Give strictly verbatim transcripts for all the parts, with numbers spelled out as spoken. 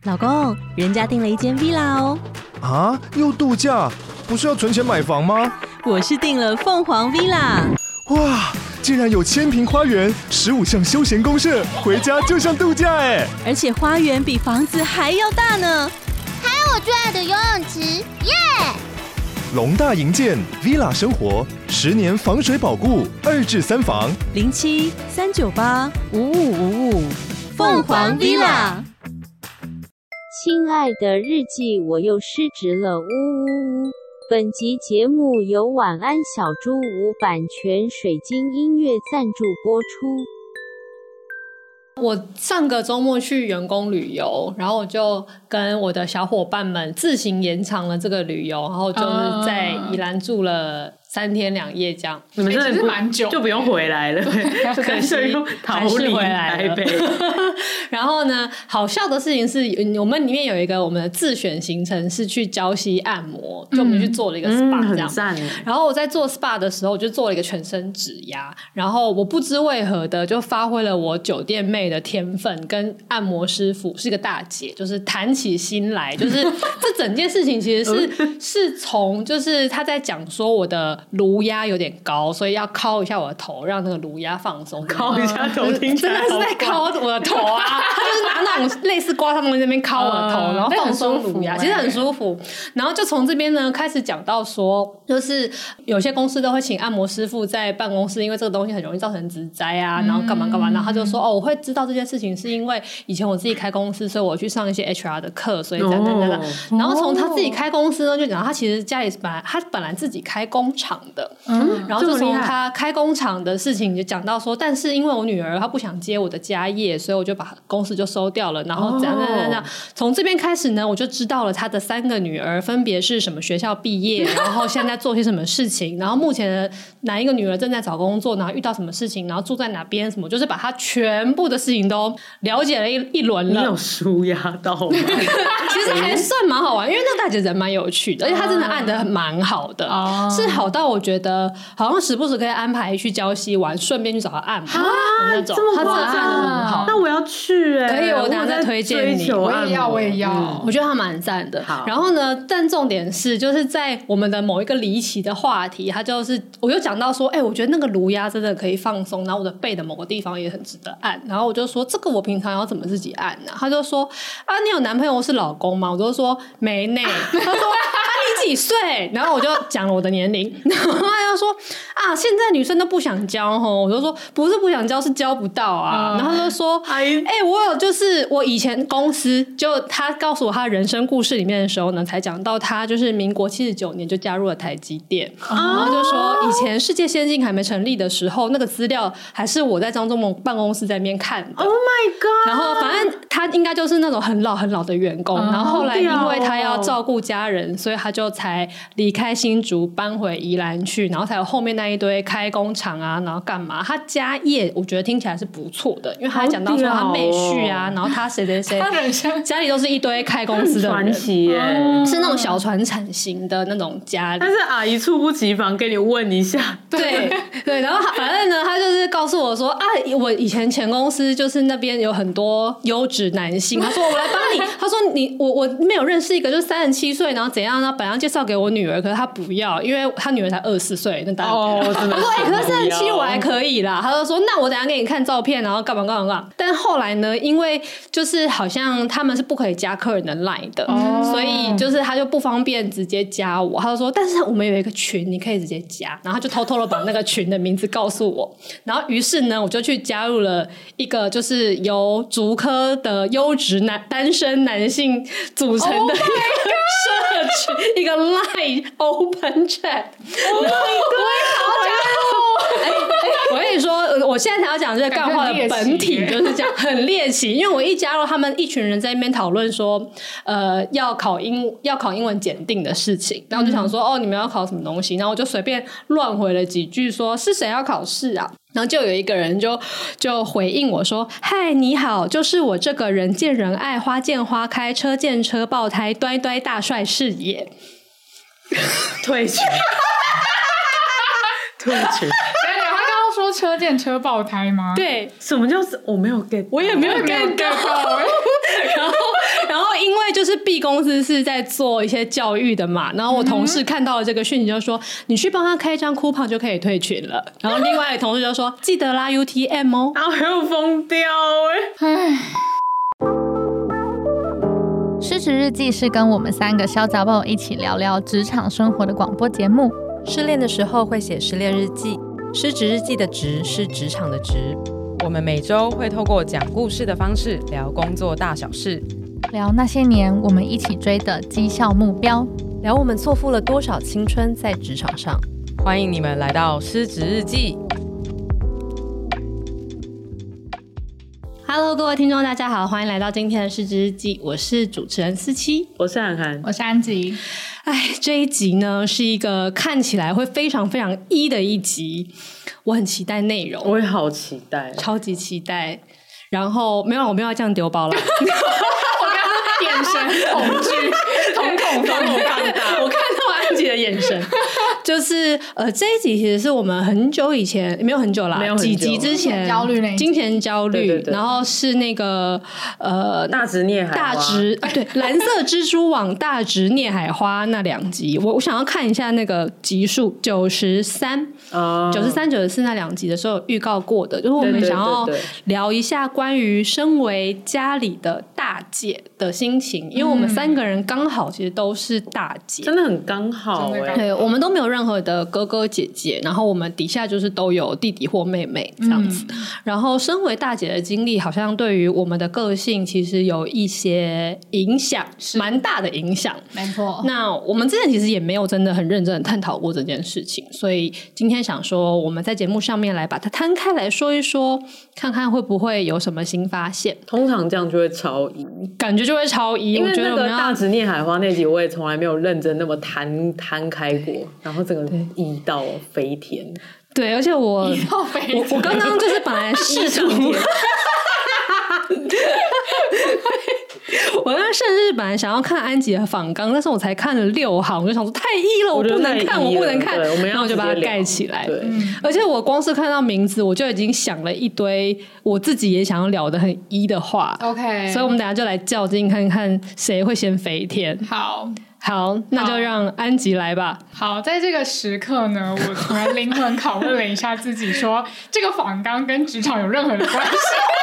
老公，人家订了一间 villa 哦。 啊，又度假？不是要存钱买房吗？ 我是订了凤凰 villa。 哇，竟然有千坪花园，十五项休闲公设，回家就像度假哎！ 而且花园比房子还要大呢。 还有我最爱的游泳池，耶！ 龙大营建 villa 生活，十年防水保固，二至三房， 零七三九八五五五五，凤凰 villa。 亲爱的日记，我又失职了，呜呜呜！本集节目由晚安小猪屋版权水晶音乐赞助播出。 我上个周末去员工旅游，然后我就跟我的小伙伴们自行延长了这个旅游，然后就是在宜兰住了三天两夜这样。 你们真的蛮久， 就不用回来了，就干脆用逃离台北。 然后呢，好笑的事情是我们里面有一个我们的自选行程是去礁溪按摩，就我们去做了一个 S P A 这样、嗯、 很赞。 然后我在做 S P A 的时候，我就做了一个全身指压，然后我不知为何的就发挥了我酒店妹的天分，跟按摩师傅是一个大姐，就是谈起心来，就是这整件事情其实是是从就是他在讲说我的颅压有点高，所以要敲一下我的头，让那个颅压放松。 敲一下头听起来真的是在敲我的头啊！他就是拿那种类似刮痧东西在那边敲我的头，然后放松颅压，其实很舒服。然后就从这边呢开始讲到说，就是有些公司都会请按摩师傅在办公室，因为这个东西很容易造成职灾啊，然后干嘛干嘛。然后他就说哦，我会知道这件事情是因为以前我自己开公司，所以我去上一些 H R 的课，所以这样这样这样。然后从他自己开公司呢，就讲他其实家里本来他本来自己开工厂的，嗯，然后就从他开工厂的事情就讲到说，但是因为我女儿她不想接我的家业，所以我就把公司就收掉了，然后怎样怎样怎样。从这边开始呢，我就知道了他的三个女儿分别是什么学校毕业，然后现在做些什么事情，然后目前的哪一个女儿正在找工作，然后遇到什么事情，然后住在哪边什么，就是把他全部的事情都了解了一一轮了。 你有舒压到吗？ 其实还算蛮好玩，因为那个大姐人蛮有趣的，而且她真的按得蛮好的、哦、是好到我觉得好像时不时可以安排去礁溪玩，顺便去找她按摩的那种。她真的按得很好， 那我要去哎、欸， 可以，我等一下再推荐你。 我也要，我也要。 嗯、我觉得她蛮赞的。然后呢，但重点是就是在我们的某一个离奇的话题，她就是我就讲到说，哎、欸，我觉得那个颅压真的可以放松，然后我的背的某个地方也很值得按。然后我就说，这个我平常要怎么自己按呢、啊？她就说啊，你有男朋友或是老公吗？我就说没呢。她说啊，你几岁？然后我就讲了我的年龄，然后她就说啊，现在女生都不想交齁。我就说不是不想交，是交不到啊。嗯、然后她就说，哎、欸，我有就是我以前公司就她告诉我她人生故事里面的时候呢，才讲到她就是民国七十九年就加入了台积电，哦、然后就说以前世界先进还没成立的时候，那个资料还是我在张忠谋办公室在那边看的。 Oh my god！ 然后反正她应该就是那种很老很老的员工，哦、然后后来因为她要照顾家人，所以她就才离开新竹搬回宜兰去，然后才有后面那一堆开工厂啊，然后干嘛。她家业我觉得听起来是不错的，因为她还讲到说她妹婿啊，然后她谁谁谁家里都是一堆开公司的人， 传奇耶， 嗯，是那种小传产型的那种家里。 但是阿姨猝不及防跟你问一下， 对对，然后反正呢，她就是告诉我说啊，我以前前公司就是那边有很多优质男性，她说我来帮你，她说你我我没有认识一个就是三十七岁，然后怎样呢？本来介绍给我女儿，可是她不要，因为她女儿才二十四岁，那当然哦，真的是。 我说哎、欸，可是三十七我还可以啦。她就说那我等一下给你看照片，然后干嘛干嘛干嘛。但后来呢，因为就是好像他们是不可以加客人的 line 的，哦、所以就是他就不方便直接加我。他就说，但是我们有一个群，你可以直接加。然后他就偷偷的把那个群的名字告诉我。然后于是呢，我就去加入了一个就是由竹科的优质男单身男性组成的一个社群，一个 line open chat。Oh my god！ 哎哎，我跟你说，我现在才要讲这个干话的本体就是这样，很猎奇。因为我一加入，他们一群人在那边讨论说，呃，要考英要考英文检定的事情，然后我就想说，嗯、哦，你们要考什么东西？然后我就随便乱回了几句说，是谁要考试啊？然后就有一个人就就回应我说：“嗨，你好，就是我这个人见人爱，花见花开，车见车爆胎，呆呆大帅是也。” 退群，退群。 说车见车爆胎吗？ 对， 什么叫我没有 get， 我也没有 get 到。然后，然后因就是 B 公司是在做一些教育的嘛，然后我同事看到了这个讯息就说、嗯、你去帮他开一张 coupon 就可以退群了，然后另外的同事就说记得拉 U T M 哦， 然后还有疯掉哎、欸！ 失职日记是跟我们三个小杂宝一起聊聊职场生活的广播节目。 失恋的时候会写失恋日记，失职日记的职是职场的职。我们每周会透过讲故事的方式聊工作大小事， 聊那些年我们一起追的绩效目标， 聊我们错付了多少青春在职场上。欢迎你们来到失职日记。 Hello， 各位听众，大家好，欢迎来到今天的失职日记，我是主持人思琪， 我是涵涵， 我是安吉。 哎，这一集呢是一个看起来会非常非常一的一集，我很期待内容， 我也好期待， 超级期待。然后没有，我没有要这样丢包了。 我刚刚眼神恐惧，瞳孔放大， 我看到安吉的眼神。就是呃，这一集其实是我们很久以前，没有很久啦， 没有很久几集之前焦虑那一集金钱焦虑， 对对对， 然后是那个呃大直孽海大直对蓝色蜘蛛网大直孽海花那两集，我我想要看一下那个集数九十三、九十三、九十四那两集的时候有预告过的，就是我们想要聊一下关于身为家里的大姐的心情，因为我们三个人刚好其实都是大姐， 真的很刚好哎、欸， 对，我们都没有任何的哥哥姐姐，然后我们底下就是都有弟弟或妹妹这样子、嗯、然后身为大姐的经历好像对于我们的个性其实有一些影响，蛮大的影响， 没错。 那我们之前其实也没有真的很认真的探讨过这件事情，所以今天想说我们在节目上面来把它摊开来说一说，看看会不会有什么新发现。 通常这样就会超一， 感觉就会超一， 因为那个大直孽海花那集我也从来没有认真那么摊摊开过，然后整个一到飞天， 对，而且我我我刚刚就是本来试图我刚刚甚至本来想要看安吉的访纲，但是我才看了六行，我就想说太一了，我不能看，我不能看，然后我就把它盖起来。对、嗯，而且我光是看到名字，我就已经想了一堆我自己也想要聊的很一的话。OK， 所以我们等一下就来较劲，看看谁会先飞天。 好。 好，那就让安吉来吧。 好，在这个时刻呢，我突然灵魂拷问了一下自己说，说这个访纲跟职场有任何的关系？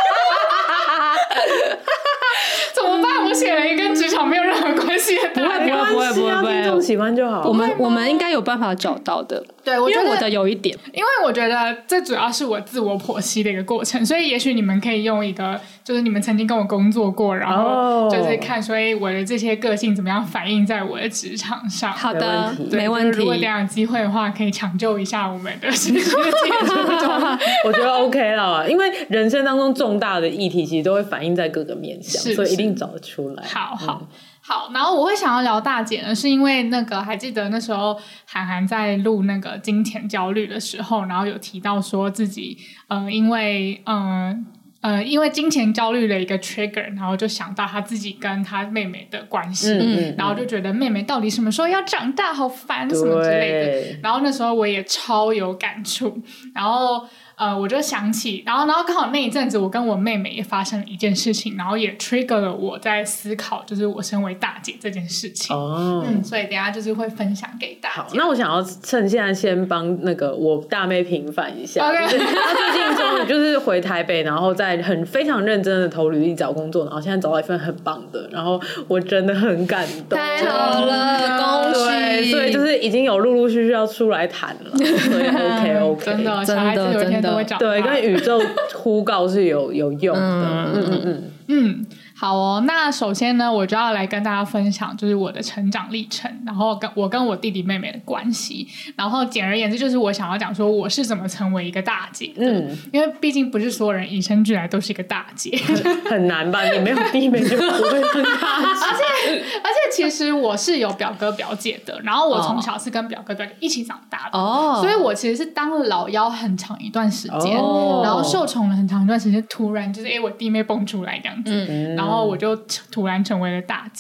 怎么办？我写了一个跟职场没有任何关系的答案。 不会不会不会不会， 听众喜欢就好。 我们我们应该有办法找到的。 对，我觉得因为我的有一点， 因为我觉得这主要是我自我剖析的一个过程，所以也许你们可以用一个，就是你们曾经跟我工作过，然后就是看说，哎，我的这些个性怎么样反映在我的职场上。 好的，没问题。 如果这样有机会的话，可以抢救一下我们的世界中。 我觉得 OK 了，因为人生当中重大的议题其实都会反映在各个面向，所以一定找得出来。 好好。嗯好，然后我会想要聊大姐呢，是因为那个还记得那时候涵涵在录那个金钱焦虑的时候，然后有提到说自己呃因为嗯 呃, 呃因为金钱焦虑的一个 trigger， 然后就想到他自己跟他妹妹的关系，嗯，然后就觉得妹妹到底什么时候要长大，好烦什么之类的。然后那时候我也超有感触，然后。呃，我就想起，然后，然后刚好那一阵子，我跟我妹妹也发生了一件事情，然后也 trigger 了我在思考，就是我身为大姐这件事情。哦，嗯，所以等一下就是会分享给大家。 好，那我想要趁现在先帮那个我大妹平反一下。Okay. 就是她最近终于就是回台北，然后在很非常认真的投履历找工作，然后现在找到一份很棒的，然后我真的很感动。 太好了，恭喜！ 所以就是已经有陆陆续续要出来谈了，所以 OK OK， 真的，小孩子有一天都会找到。 对，跟宇宙呼告是有有用的。嗯嗯嗯嗯嗯，好哦。那首先呢，我就要来跟大家分享，就是我的成长历程，然后跟我跟我弟弟妹妹的关系。然后简而言之，就是我想要讲说我是怎么成为一个大姐的。嗯，因为毕竟不是所有人与生俱来都是一个大姐， 很, 很难吧？你没有弟妹就不会当大姐。 而且而且，其实我是有表哥表姐的，然后我从小是跟表哥表姐一起长大的，哦，所以我其实是当了老幺很长一段时间。哦，然后受宠了很长一段时间，突然就是哎，我弟妹蹦出来这样子，嗯，然后我就突然成为了大姐。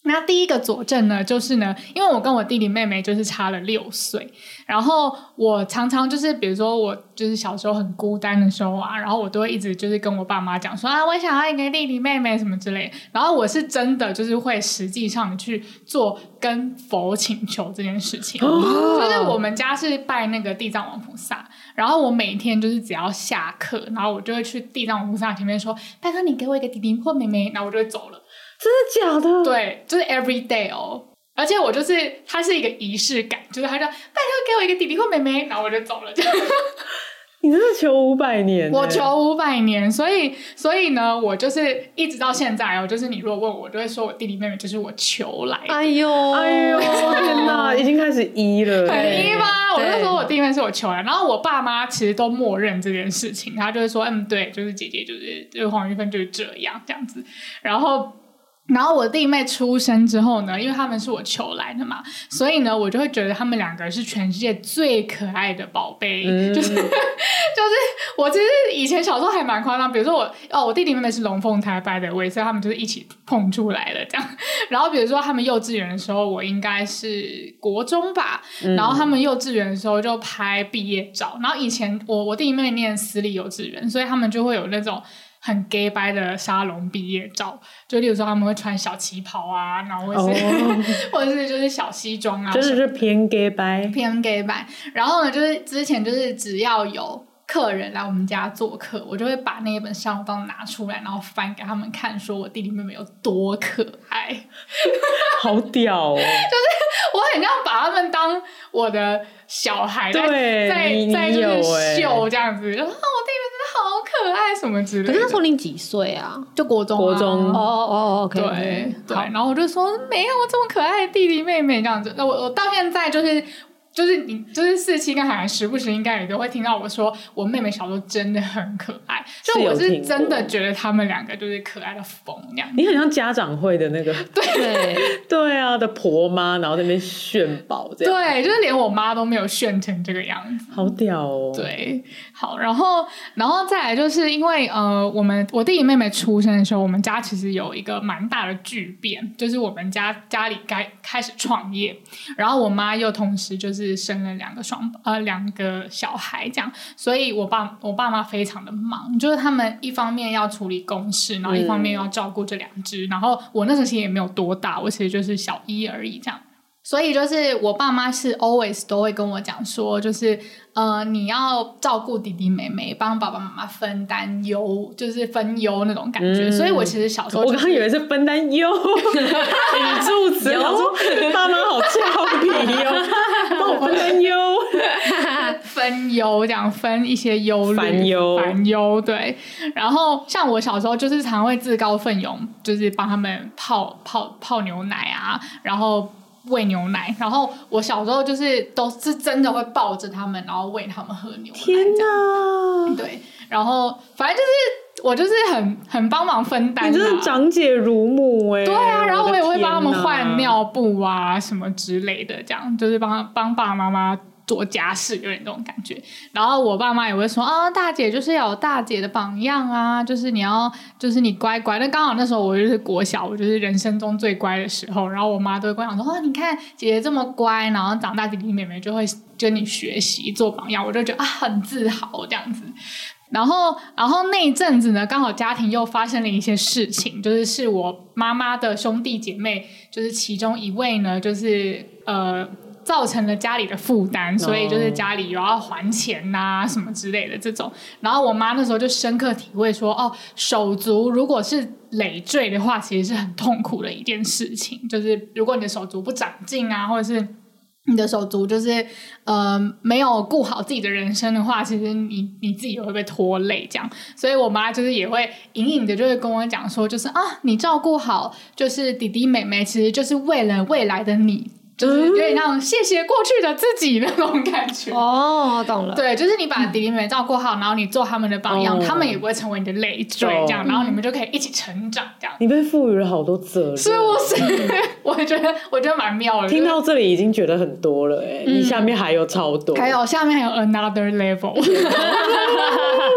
那第一个佐证呢，就是呢，因为我跟我弟弟妹妹就是差了六岁，然后我常常就是比如说我就是小时候很孤单的时候啊，然后我都会一直就是跟我爸妈讲说啊，我想要一个弟弟妹妹什么之类的，然后我是真的就是会实际上去做跟佛请求这件事情、哦、就是我们家是拜那个地藏王菩萨，然后我每天就是只要下课，然后我就会去地藏王菩萨前面说，拜托你给我一个弟弟或妹妹，然后我就会走了。 真的假的？ 对，就是 every day 哦，而且我就是它是一个仪式感，就是他说拜托给我一个弟弟或妹妹，然后我就走了。 你真的求五百年？ 我求五百年，所以所以呢，我就是一直到现在哦，就是你如果问我，我就会说我弟弟妹妹就是我求来的。 哎呦哎呦，天哪，已经开始一了， 很一吧？我就说我弟弟妹妹是我求来，然后我爸妈其实都默认这件事情，他就会说嗯，对，就是姐姐就是就是黄玉芬就是这样这样子，然后。然后我弟妹出生之后呢，因为他们是我求来的嘛，所以呢我就会觉得他们两个是全世界最可爱的宝贝、嗯、就是就是我其实以前小时候还蛮夸张，比如说我哦我弟弟妹妹是龙凤胎by the way，所以他们就是一起碰出来了这样。然后比如说他们幼稚园的时候，我应该是国中吧、嗯、然后他们幼稚园的时候就拍毕业照，然后以前我我弟弟妹妹念私立幼稚园，所以他们就会有那种很 gay 掰的沙龙毕业照，就例如说他们会穿小旗袍啊，然后或者是、oh. 或者是就是小西装啊， 就是是偏 gay 掰偏 gay 掰。然后呢，就是之前就是只要有客人来我们家做客，我就会把那一本沙龙照拿出来，然后翻给他们看，说我弟弟妹妹有多可爱， 好屌哦！ 就是我很像把他们当我的小孩在在在就是秀这样子，然后我弟妹好可爱什么之类的。 可是那时候你几岁啊？ 就国中、啊、 国中哦哦 OK 对对，然后我就说没有这么可爱的弟弟妹妹这样子。那我我到现在就是就是你就是四七跟海涵时不时应该也都会听到我说我妹妹小时候真的很可爱，就我是真的觉得他们两个就是可爱的疯那样。 你很像家长会的那个对对啊的婆妈，然后在那边炫宝这样。 对，就是连我妈都没有炫成这个样子， 好屌哦。 对，好，然后然后再来就是因为呃我们我弟弟妹妹出生的时候，我们家其实有一个蛮大的巨变，就是我们家家里该开始创业，然后我妈又同时就是生了两个双呃两个小孩这样，所以我爸我爸妈非常的忙，就是他们一方面要处理公事，然后一方面要照顾这两只、嗯、然后我那时候其实也没有多大，我其实就是小一而已这样。所以就是我爸妈是 always 都会跟我讲说，就是呃你要照顾弟弟妹妹，帮爸爸妈妈分担忧，就是分忧那种感觉、嗯、所以我其实小时候、就是、 我刚刚以为是分担忧语助词，我说爸妈好俏皮哦，帮我分担忧分忧这样分一些忧虑烦忧烦忧对。然后像我小时候就是常会自告奋勇，就是帮他们泡泡泡牛奶啊，然后喂牛奶，然后我小时候就是都是真的会抱着他们，然后喂他们喝牛奶。 天哪！ 对，然后反正就是我就是很很帮忙分担、啊， 你真的长姐如母哎、欸。 对啊，然后我也会帮他们换尿布啊什么之类的，这样就是帮帮爸爸妈妈做家事，有点这种感觉。然后我爸妈也会说啊，大姐就是要有大姐的榜样啊，就是你要就是你乖乖。那刚好那时候我就是国小，我就是人生中最乖的时候，然后我妈都会跟我讲说，哦，你看姐姐这么乖，然后长大弟弟妹妹就会跟你学习做榜样，我就觉得啊很自豪这样子。然后然后那一阵子呢，刚好家庭又发生了一些事情，就是是我妈妈的兄弟姐妹，就是其中一位呢就是呃造成了家里的负担，所以就是家里有要还钱啊什么之类的这种。然后我妈那时候就深刻体会说，哦，手足如果是累赘的话，其实是很痛苦的一件事情。就是如果你的手足不长进啊，或者是你的手足就是呃没有顾好自己的人生的话，其实你你自己也会被拖累这样。所以我妈就是也会隐隐的就会跟我讲说，就是啊你照顾好就是弟弟妹妹，其实就是为了未来的你，就是有点像谢谢过去的自己那种感觉。 哦，懂了。 对，就是你把弟弟妹妹照顾好，然后你做他们的榜样、哦、他们也不会成为你的累赘这样、哦、然后你们就可以一起成长这样。 你被赋予了好多责任， 是不是？我觉得我觉得蛮妙的。 听到这里已经觉得很多了耶、嗯、你下面还有超多， 还有下面还有 another level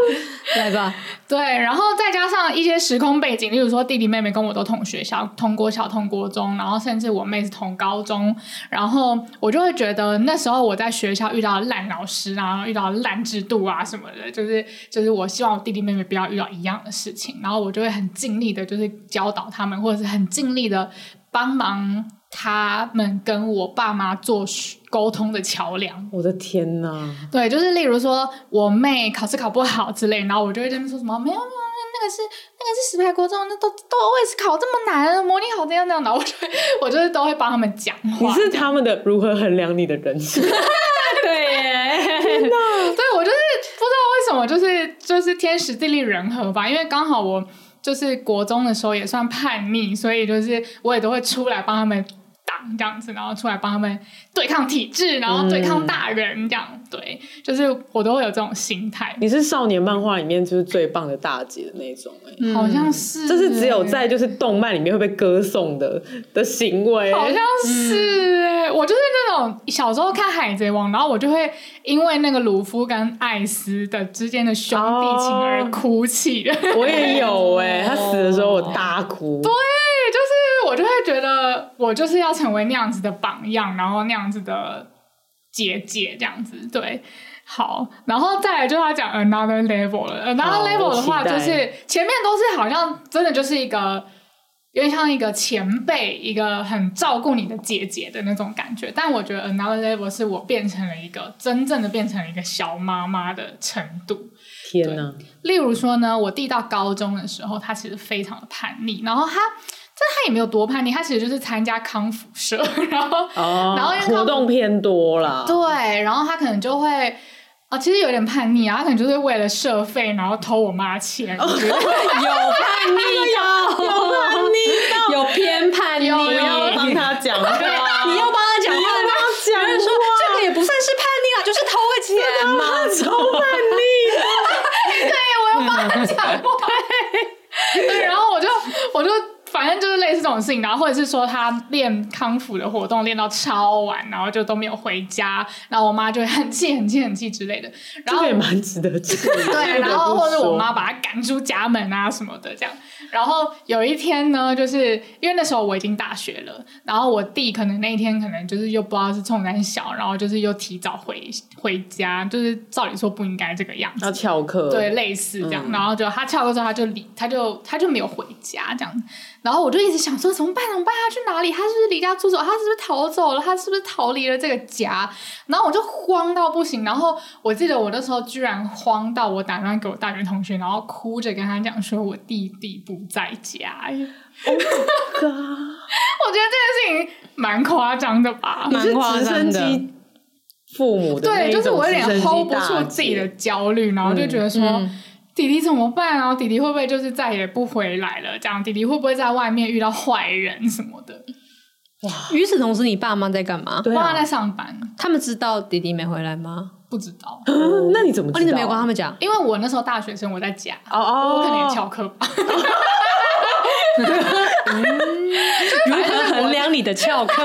来吧。 对，然后再加上一些时空背景，例如说弟弟妹妹跟我都同学校，同国小同国中，然后甚至我妹是同高中，然后我就会觉得那时候我在学校遇到烂老师啊，遇到烂制度啊什么的，就是就是我希望我弟弟妹妹不要遇到一样的事情，然后我就会很尽力的就是教导他们，或者是很尽力的帮忙他们跟我爸妈做沟通的桥梁。 我的天哪！ 对，就是例如说我妹考试考不好之类，然后我就会跟他们说什么没有没有，那个是那个是石牌国中，那都都always考这么难，模拟考这样这样的，我就会我就是都会帮他们讲话。 你是他们的如何衡量你的人生？ 对耶， 天哪！对，我就是不知道为什么，就是就是天时地利人和吧，因为刚好我就是国中的时候也算叛逆，所以就是我也都会出来帮他们挡这样子，然后出来帮他们对抗体制，然后对抗大人这样、嗯、对，就是我都会有这种心态。 你是少年漫画里面就是最棒的大姐的那种、欸嗯、好像是这是只有在就是动漫里面会被歌颂的的行为， 好像是哎、欸嗯，我就是那种小时候看海贼王，然后我就会因为那个鲁夫跟艾斯的之间的兄弟情而哭泣的、哦、 我也有哎、欸，他死的时候我大哭。 对，就是我就会觉得我就是要成为那样子的榜样，然后那样子的姐姐这样子。对，好，然后再来就要讲 another level 了。another level 的话，就是前面都是好像真的就是一个有点像一个前辈，一个很照顾你的姐姐的那种感觉，但我觉得 another level 是我变成了一个真正的变成了一个小妈妈的程度。 天哪！ 例如说呢，我弟到高中的时候，他其实非常的叛逆，然后他但他也没有多叛逆，他其实就是参加康复社，然后、 哦、 然后因为活动偏多啦， 对，然后他可能就会啊、哦，其实有点叛逆啊，他可能就是为了社费，然后偷我妈钱，哦、有叛逆到， 有叛逆到， 有偏叛逆， 不要帮他讲话， 你要帮他讲话， 你要帮他讲话， 说这个也不算是叛逆啊，就是偷个钱嘛， 超叛逆， 对，我要帮他讲话，对，对，然后我就我就。反正就是类似这种事情，然后或者是说他练康复的活动练到超晚，然后就都没有回家，然后我妈就会很气很气很气之类的，然后这个也蛮值得气的。 对，然后或者我妈把他赶出家门啊什么的这样。然后有一天呢，就是因为那时候我已经大学了，然后我弟可能那一天可能就是又不知道是冲三小，然后就是又提早回回家，就是照理说不应该这个样子， 要翘课， 对，类似这样。 嗯、 然后就他翘课之后，他就离，他就他就没有回家这样。然后我就一直想说怎么办怎么办，他去哪里？他是不是离家出走？他是不是逃走了？他是不是逃离了这个家？然后我就慌到不行。然后我记得我那时候居然慌到我打电话给我大学同学，然后哭着跟他讲说我弟弟不在家。Oh my god！ 我觉得这件事情蛮夸张的吧？ 你是直升机父母的那一种， 对，就是我有点 hold 不住自己的焦虑，然后就觉得说。嗯嗯弟弟怎么办啊？弟弟会不会就是再也不回来了？这样弟弟会不会在外面遇到坏人什么的？ 哇！与此同时，你爸妈在干嘛？ 对啊、爸妈在上班。 他们知道弟弟没回来吗？ 不知道。 嗯、那你怎么知道？ 哦、你怎么没有跟他们讲？ 因为我那时候大学生，我在家。 哦哦， 我可能也翘课吧。 嗯、如何衡量你的翘课？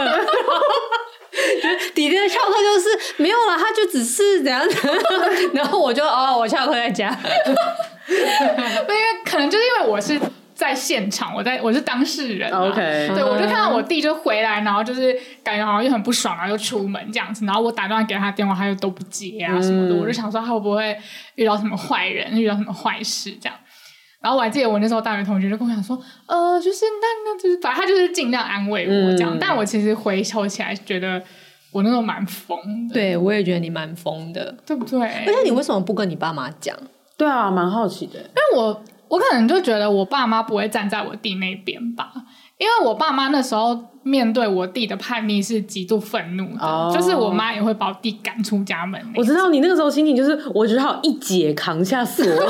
弟弟的翘课就是没有啦，他就只是怎样，然后我就哦，我翘课在家， 因为可能就是因为我是在现场，我在我是当事人 ，OK， 对，我就看到我弟就回来，然后就是感觉好像又很不爽，然后就出门这样子，然后我打电话给他电话，他又都不接啊什么的，嗯、我就想说他会不会遇到什么坏人，遇到什么坏事这样。然后我还记得我那时候大学同学就跟我讲说，呃，就是那那就是反正他就是尽量安慰我这样，嗯、但我其实回头起来觉得我那时候蛮疯的。 对，我也觉得你蛮疯的， 对不对？ 而且你为什么不跟你爸妈讲？ 对啊，蛮好奇的。 因为我我可能就觉得我爸妈不会站在我弟那边吧，因为我爸妈那时候面对我弟的叛逆是极度愤怒的，哦、就是我妈也会把我弟赶出家门。 我知道你那个时候心情就是，我觉得好一姐扛下所有。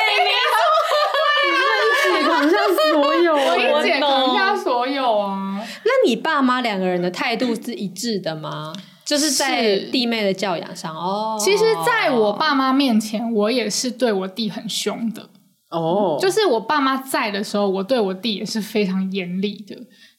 扛下所有， 我一姐扛下所有啊！ 那你爸妈两个人的态度是一致的吗？就是在弟妹的教养上哦。 其实在我爸妈面前，我也是对我弟很凶的哦。就是我爸妈在的时候，我对我弟也是非常严厉的。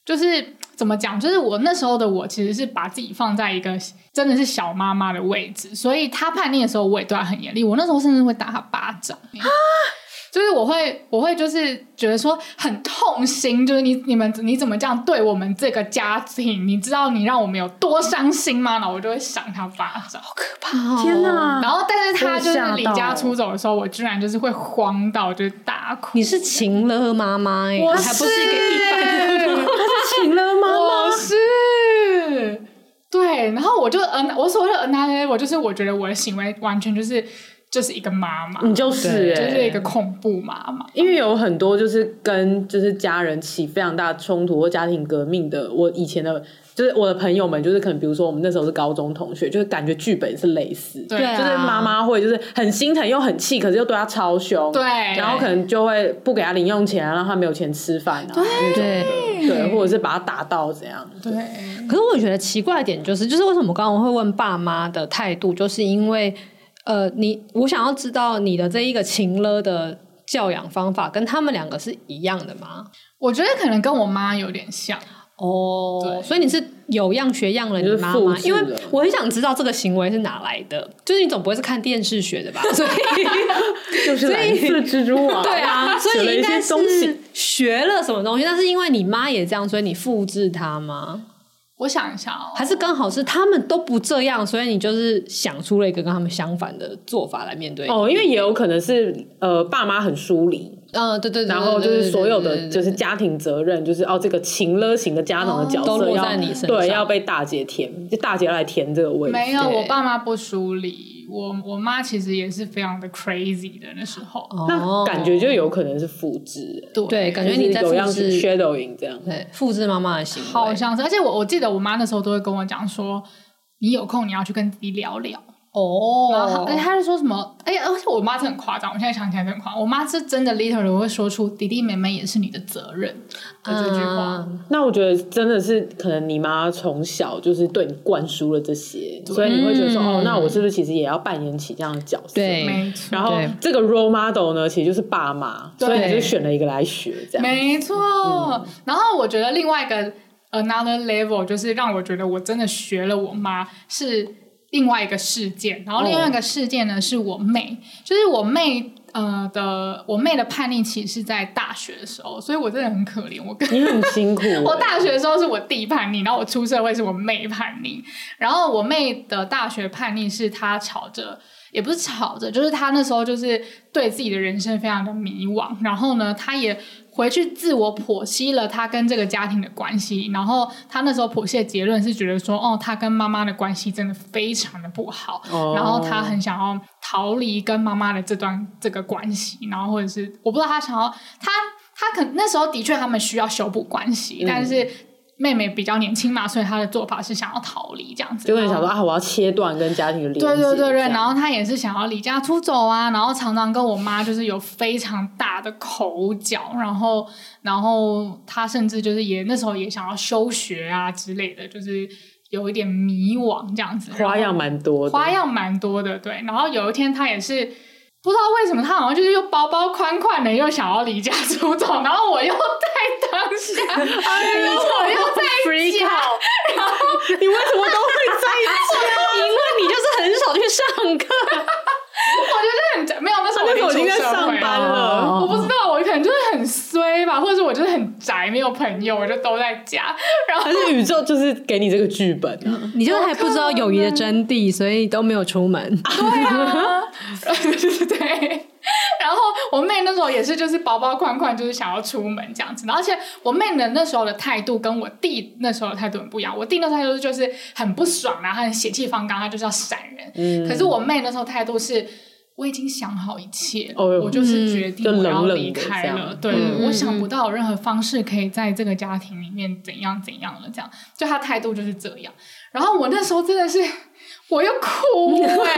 就是怎么讲，就是我那时候的我其实是把自己放在一个真的是小妈妈的位置，所以他叛逆的时候我也对他很严厉，我那时候甚至会打他巴掌就是我会我会就是觉得说很痛心，就是你你们你怎么这样对我们这个家庭，你知道你让我们有多伤心吗？然后我就会赏他巴掌，好可怕哦！ 天哪！ 然后但是他就是离家出走的时候，我居然就是会慌到就是大哭。 你是情勒妈妈哎， 我还不是一个一般的， 他是情勒妈妈， 我是对，然后我就嗯，我所谓的嗯他，我就是我觉得我的行为完全就是就是一个妈妈， 你就是、欸、 就是一个恐怖妈妈。 因为有很多就是跟就是家人起非常大冲突或家庭革命的，我以前的就是我的朋友们，就是可能比如说我们那时候是高中同学，就是感觉剧本是类似， 对， 就是妈妈会就是很心疼又很气，可是又对他超凶， 对， 然后可能就会不给他零用钱，让他没有钱吃饭啊， 对对对，或者是把他打到怎样， 对。 可是我觉得奇怪的点就是，就是为什么刚刚我会问爸妈的态度，就是因为呃，你我想要知道你的这一个情勒的教养方法跟他们两个是一样的吗？ 我觉得可能跟我妈有点像。 哦，所以你是有样学样了你妈妈，因为我很想知道这个行为是哪来的，就是你总不会是看电视学的吧？所以就是蓝色蜘蛛网， 对啊，所以你应该是学了什么东西，但是因为你妈也这样，所以你复制它吗？ 我想一下哦， 还是刚好是他们都不这样，所以你就是想出了一个跟他们相反的做法来面对哦，因为也有可能是呃爸妈很疏离， 嗯，对对对， 然后就是所有的就是家庭责任，就是哦这个情勒型的家长的角色、 哦、都落在你身上， 对，要被大姐填，就大姐来填这个位置。 没有，我爸妈不疏离，我我妈其实也是非常的 crazy 的那时候， 哦、那感觉就有可能是复制， 对，对感觉你在复制 shadowing 这样， 对，复制妈妈的行为， 好像是，而且我我记得我妈那时候都会跟我讲说，你有空你要去跟弟弟聊聊。 哦， 然后而且他是说什么？哎呀，而且我妈是很夸张，我现在想起来很夸张。我妈是真的 literally 会说出弟弟妹妹也是你的责任的这句话。 嗯、那我觉得真的是可能你妈从小就是对你灌输了这些，所以你会觉得说、嗯、哦，那我是不是其实也要扮演起这样的角色？ 对， 没错。 然后这个 role model 呢，其实就是爸妈，所以你就选了一个来学，这样没错、嗯。然后我觉得另外一个 another level 就是让我觉得我真的学了我妈是。另外一个事件，然后另外一个事件呢、oh. 是我妹，就是我妹呃的我妹的叛逆期是在大学的时候，所以我真的很可怜。我跟你很辛苦、欸。 我大学的时候是我弟叛逆，然后我出社会是我妹叛逆。然后我妹的大学叛逆是她吵着，也不是吵着，就是她那时候就是对自己的人生非常的迷惘，然后呢，她也。回去自我剖析了他跟这个家庭的关系，然后他那时候剖析的结论是觉得说，哦，他跟妈妈的关系真的非常的不好，哦、然后他很想要逃离跟妈妈的这段这个关系，然后或者是我不知道他想要他他可那时候的确他们需要修补关系，嗯、但是。妹妹比较年轻嘛，所以她的做法是想要逃离这样子， 就跟你想说啊，我要切断跟家庭的连接。对对对对，然后她也是想要离家出走啊，然后常常跟我妈就是有非常大的口角，然后然后她甚至就是也那时候也想要休学啊之类的，就是有一点迷惘这样子， 花样蛮多的， 花样蛮多的，对。然后有一天她也是。不知道为什么他好像就是又包包宽宽的又想要离家出走，然后我又在当下，哎、然后我又在家，然后你为什么都会在家？ 因为你就是很少去上课。 我觉得很没有，那时候我已经在上班了。 我不知道，我可能就是很衰吧，或者是我就是很宅，没有朋友，我就都在家。然后， 但是宇宙就是给你这个剧本啊， 你就还不知道友谊的真谛，所以都没有出门。 对啊，对。然后我妹那时候也是，就是包包宽宽，就是想要出门这样子。而且我妹的那时候的态度跟我弟那时候的态度很不一样。我弟那时候态度就是很不爽，然后很血气方刚，他就是要闪人。嗯、可是我妹那时候态度是，我已经想好一切，哦、我就是决定我要离开了。 冷冷对、嗯，我想不到有任何方式可以在这个家庭里面怎样怎样了，这样就他态度就是这样。然后我那时候真的是。我又哭哎、欸，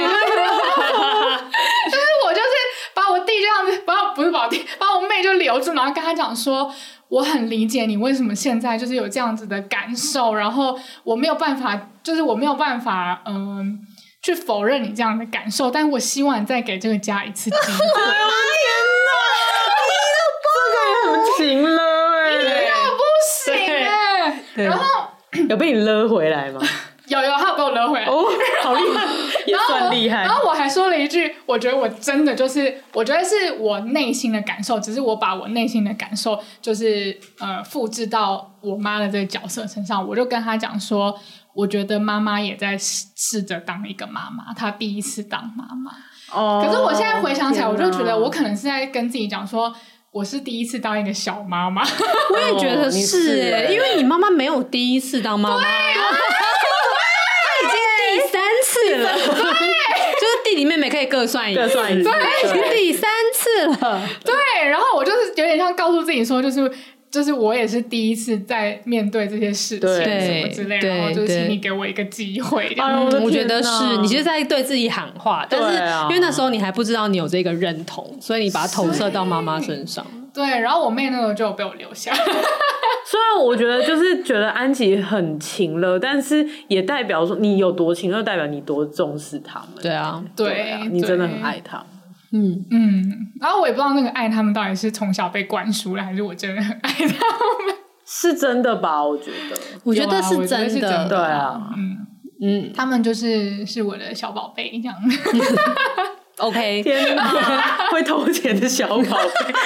就是我就是把我弟这样子，把我不是把我弟，把我妹就留住，然后跟他讲说，我很理解你为什么现在就是有这样子的感受，然后我没有办法，就是我没有办法，嗯、呃，去否认你这样的感受，但我希望你再给这个家一次机会。哎呀天哪，这个也很情了哎、欸， 不行哎、欸。 然后有被你勒回来吗？ 有有，他有被我勒回来哦，好厉害，也算厉害。 然后我还说了一句，我觉得我真的就是，我觉得是我内心的感受，只是我把我内心的感受就是呃复制到我妈的这个角色身上。我就跟她讲说，我觉得妈妈也在试着当一个妈妈，她第一次当妈妈。哦。可是我现在回想起来，我就觉得我可能是在跟自己讲说，我是第一次当一个小妈妈。 我也觉得是哎、欸，因为你妈妈没有第一次当妈妈。对啊。第三次了，对，就是弟弟妹妹可以各算一次， 各算一次， 对，已经第三次了。 对，然后我就是有点像告诉自己说，就是就是我也是第一次在面对这些事情什么之类，然后就是请你给我一个机会。 嗯，我觉得是你其实在对自己喊话，但是因为那时候你还不知道你有这个认同，所以你把它投射到妈妈身上。 对，然后我妹那个就有被我留下。 虽然我觉得就是觉得安琪很情勒，但是也代表说你有多情勒，代表你多重视他们。 对啊， 对啊， 你真的很爱他们。 嗯嗯，然后我也不知道那个爱他们到底是从小被灌输了，还是我真的很爱他们。 是真的吧？我觉得， 我觉得是真的， 是真的对啊， 嗯嗯，他们就是是我的小宝贝这样。 OK， 天哪，会偷钱的小宝贝。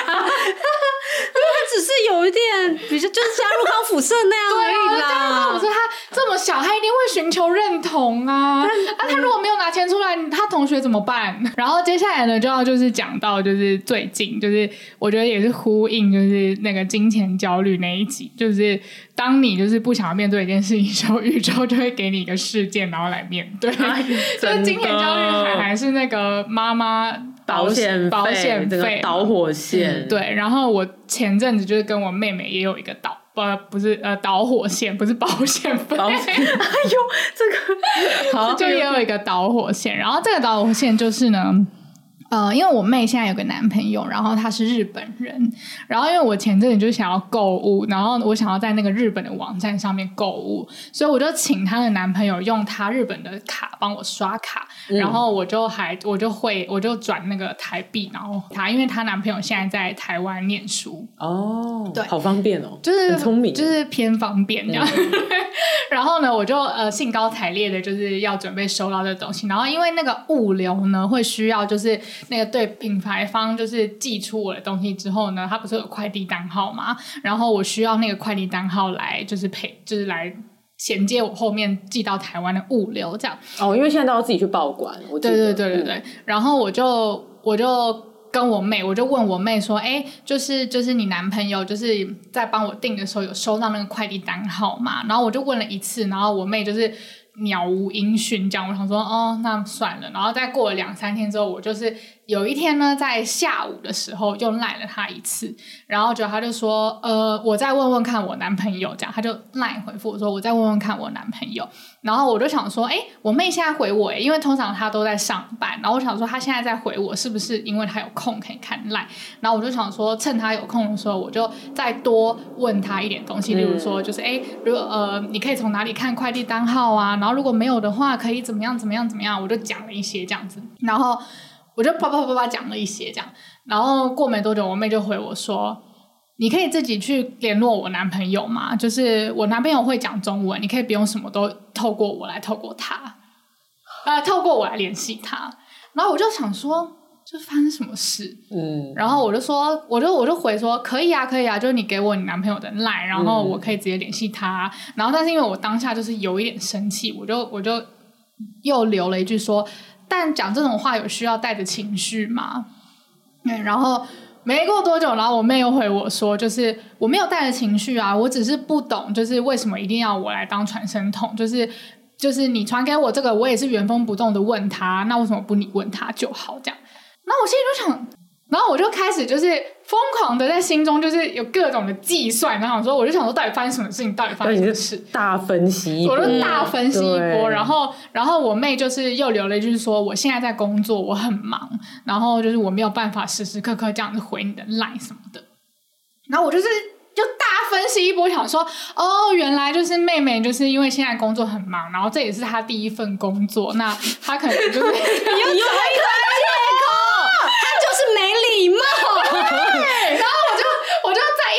只是有一点比较，就是加入康复社那样而已啦。 加入康复社，他这么小，他一定会寻求认同啊。啊，他如果没有拿钱出来，他同学怎么办？然后接下来呢，就要就是讲到就是最近，就是我觉得也是呼应，就是那个金钱焦虑那一集，就是当你就是不想要面对一件事情的时候，宇宙就会给你一个事件，然后来面对。就是金钱焦虑还还是那个妈妈。 保险保险费导火线、 嗯、对，然后我前阵子就是跟我妹妹也有一个导呃不是呃导火线，不是保险费，哎呦这个好就也有一个导火线，然后这个导火线就是呢。呃，因为我妹现在有个男朋友，然后他是日本人，然后因为我前阵子就想要购物，然后我想要在那个日本的网站上面购物，所以我就请她的男朋友用他日本的卡帮我刷卡，嗯、然后我就还我就会我就转那个台币，然后他因为她男朋友现在在台湾念书哦， 对， 好方便哦， 就是很聪明， 就是偏方便这样。嗯、然后呢，我就呃兴高采烈的就是要准备收到这个东西，然后因为那个物流呢会需要就是。那个对品牌方就是寄出我的东西之后呢，他不是有快递单号嘛？然后我需要那个快递单号来就是配，就是来衔接我后面寄到台湾的物流这样。 哦，因为现在都要自己去报关。我记得对对对对对。嗯、然后我就我就跟我妹，我就问我妹说：“哎，就是就是你男朋友就是在帮我订的时候有收到那个快递单号嘛？”然后我就问了一次，然后我妹就是。鸟无音讯，这样我想说哦，那算了。然后再过了两三天之后，我就是有一天呢，在下午的时候又赖了他一次，然后就他就说呃，我再问问看我男朋友，这样他就赖回复我说我再问问看我男朋友。然后我就想说，哎，我妹现在回我，因为通常她都在上班，然后我想说她现在在回我，是不是因为她有空可以看赖？然后我就想说，趁她有空的时候，我就再多问她一点东西，例如说就是哎，如果呃，你可以从哪里看快递单号啊？然后如果没有的话，可以怎么样怎么样怎么样？我就讲了一些这样子，然后我就啪啪啪啪讲了一些这样，然后过没多久，我妹就回我说。你可以自己去联络我男朋友吗？就是我男朋友会讲中文，你可以不用什么都透过我来透过他，呃，透过我来联系他。然后我就想说，这发生什么事？嗯，然后我就说，我就我就回说，可以啊，可以啊，就是你给我你男朋友的 line， 然后我可以直接联系他。嗯、然后，但是因为我当下就是有一点生气，我就我就又留了一句说，但讲这种话有需要带着情绪吗？嗯，然后。没过多久，然后我妹又回我说，就是我没有带着情绪啊，我只是不懂，就是为什么一定要我来当传声筒，就是就是你传给我这个，我也是原封不动的问他，那为什么不你问他就好这样？那我心里就想，然后我就开始就是疯狂的在心中就是有各种的计算，然后说我就想说到底发生什么事情，到底发生什么事， 大分析一波， 我就大分析一波，然后然后我妹就是又留了一句说我现在在工作，我很忙，然后就是我没有办法时时刻刻这样子回你的 line 什么的，然后我就是就大分析一波，想说哦，原来就是妹妹就是因为现在工作很忙，然后这也是她第一份工作，那她可能就是你又找一个借口， 她就是没礼貌。 对，然后我就我就在一边分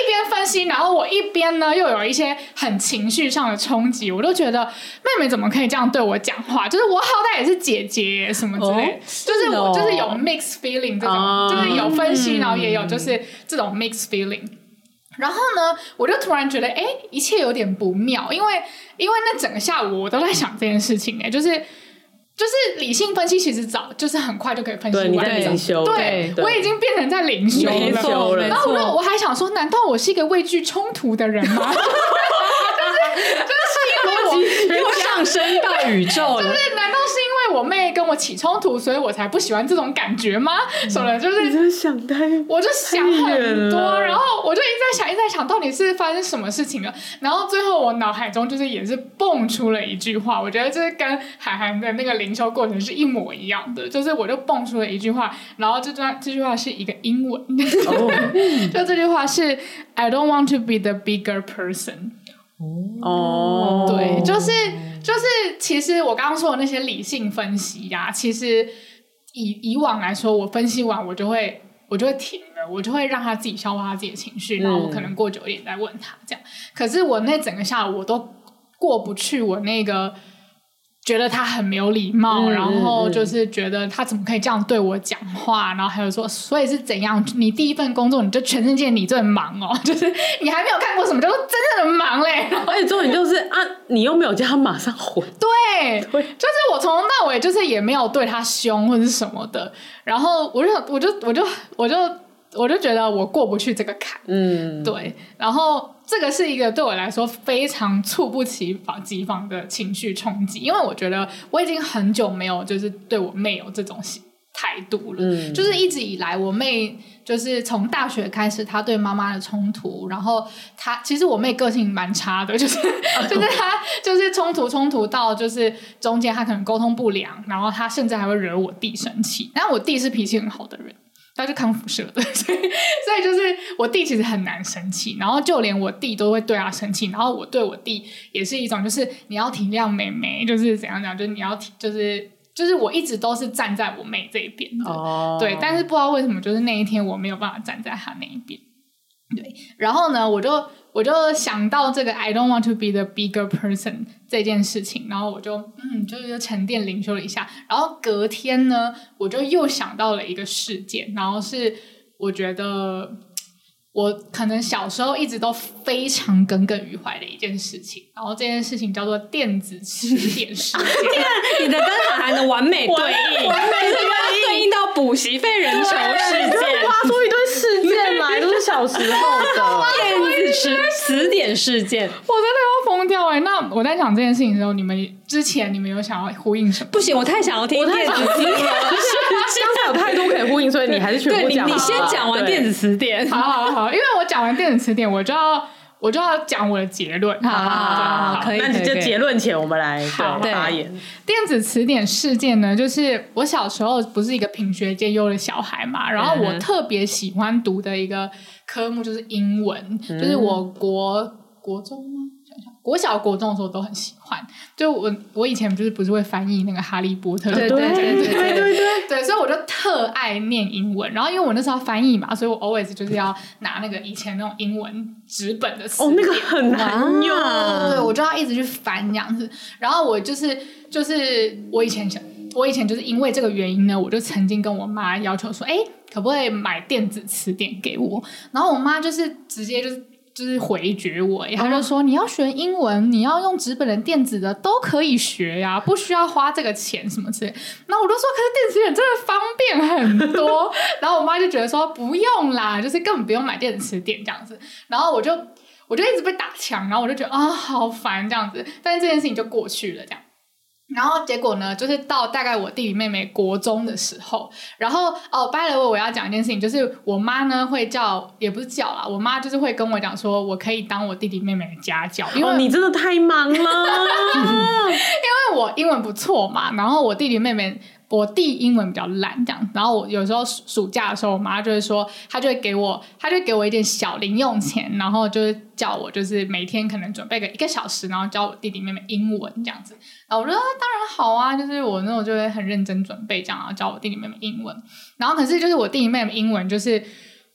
系，然后我一边呢又有一些很情绪上的冲击，我都觉得妹妹怎么可以这样对我讲话？就是我好歹也是姐姐什么之类的，哦、就是我就是有 mixed feeling 这种，哦、就是有分析，然后也有就是这种 mixed feeling。然后呢，我就突然觉得，哎，一切有点不妙，因为因为那整个下午我都在想这件事情，哎，就是。就是理性分析，其实早就是很快就可以分析完。 对，你在灵修， 对，对我已经变成在灵修了。 了然后我我还想说，难道我是一个畏惧冲突的人吗？就是就是因为我又上升到宇宙了。 就是难道是因为我妹跟我起冲突，所以我才不喜欢这种感觉吗？什么的，就是你真的想太， 我就想很多，然后我就一直在想，一直在想到底是发生什么事情了。然后最后我脑海中就是也是蹦出了一句话，我觉得这跟韩寒的那个灵修过程是一模一样的，就是我就蹦出了一句话，然后这段这句话是一个英文，哦、就这句话是 I don't want to be the bigger person。哦，对，就是就是，其实我刚刚说的那些理性分析呀、啊，其实以以往来说，我分析完我就会我就会停了，我就会让他自己消化他自己的情绪，然后我可能过久一点再问他这样。可是我那整个下午我都过不去我那个。觉得他很没有礼貌、嗯、然后就是觉得他怎么可以这样对我讲话，然后还有说所以是怎样你第一份工作你就全世界你最忙哦，就是你还没有看过什么叫做真正的忙嘞， 而且重点就是啊你又没有叫他马上回， 对对，就是我从头到尾就是也没有对他凶或者是什么的，然后我就我就我就我就我就觉得我过不去这个坎，嗯，对，然后这个是一个对我来说非常猝不及防及防的情绪冲击，因为我觉得我已经很久没有就是对我妹有这种态度了、嗯、就是一直以来我妹就是从大学开始她对妈妈的冲突，然后她其实我妹个性蛮差的，就是就是她就是冲突冲突到就是中间她可能沟通不良，然后她甚至还会惹我弟生气，但我弟是脾气很好的人，他是康复社的，所以所以就是我弟其实很难生气，然后就连我弟都会对他生气，然后我对我弟也是一种就是你要体谅妹妹，就是怎样讲，就是你要体就是就是我一直都是站在我妹这一边的、oh. 对，但是不知道为什么就是那一天我没有办法站在她那一边，对，然后呢我就我就想到这个 I don't want to be the bigger person 这件事情，然后我就嗯就是沉淀灵修了一下，然后隔天呢我就又想到了一个事件，然后是我觉得我可能小时候一直都非常耿耿于怀的一件事情，然后这件事情叫做电子词典事件你的跟韩寒的完美对应，完美对应到补习费人球事件， 挖出一堆事件来都是小时候的电子词典事件，我真的要疯掉哎！那我在讲这件事情的时候，你们之前你们有想要呼应什么？ 不行，我太想要听电子词典了， 刚才有太多可以呼应，所以你还是全部讲。 你你先讲完电子词典， 好好好，因为我讲完电子词典，我就要我就要讲我的结论。 好好好，可以。 那你就结论前，我们来发言。 电子词典事件呢，就是我小时候不是一个品学兼优的小孩嘛，然后我特别喜欢读的一个科目就是英文，嗯、就是我国国中吗？国小国中的时候都很喜欢，就我我以前就是不是会翻译那个哈利波特， 对对对对对对对, 对, 对所以我就特爱念英文，然后因为我那时候翻译嘛，所以我 always 就是要拿那个以前那种英文纸本的词典， 哦，那个很难用， 对，我就要一直去翻这样子，然后我就是就是我以前想，我以前就是因为这个原因呢，我就曾经跟我妈要求说，哎，可不可以买电子词典给我？然后我妈就是直接就是。就是回绝我，他就说、哦、你要学英文，你要用纸本的、电子的都可以学呀、啊，不需要花这个钱什么之类。然后我就说，可是电子词典真的方便很多。然后我妈就觉得说不用啦，就是根本不用买电子词典这样子。然后我就我就一直被打枪，然后我就觉得啊、哦、好烦这样子。但是这件事情就过去了这样。然后结果呢，就是到大概我弟弟妹妹国中的时候，然后哦 by the way 我要讲一件事情，就是我妈呢会叫，也不是叫啦，我妈就是会跟我讲说我可以当我弟弟妹妹的家教，因为、 哦、你真的太忙了因为我英文不错嘛，然后我弟弟妹妹我弟英文比较烂这样，然后我有时候暑假的时候我妈就会说，她就会给我她就会给我一点小零用钱，然后就是叫我就是每天可能准备个一个小时，然后教我弟弟妹妹英文这样子，然后我说、啊、当然好啊，就是我那种就会很认真准备这样，然后教我弟弟妹妹英文，然后可是就是我弟弟妹妹英文就是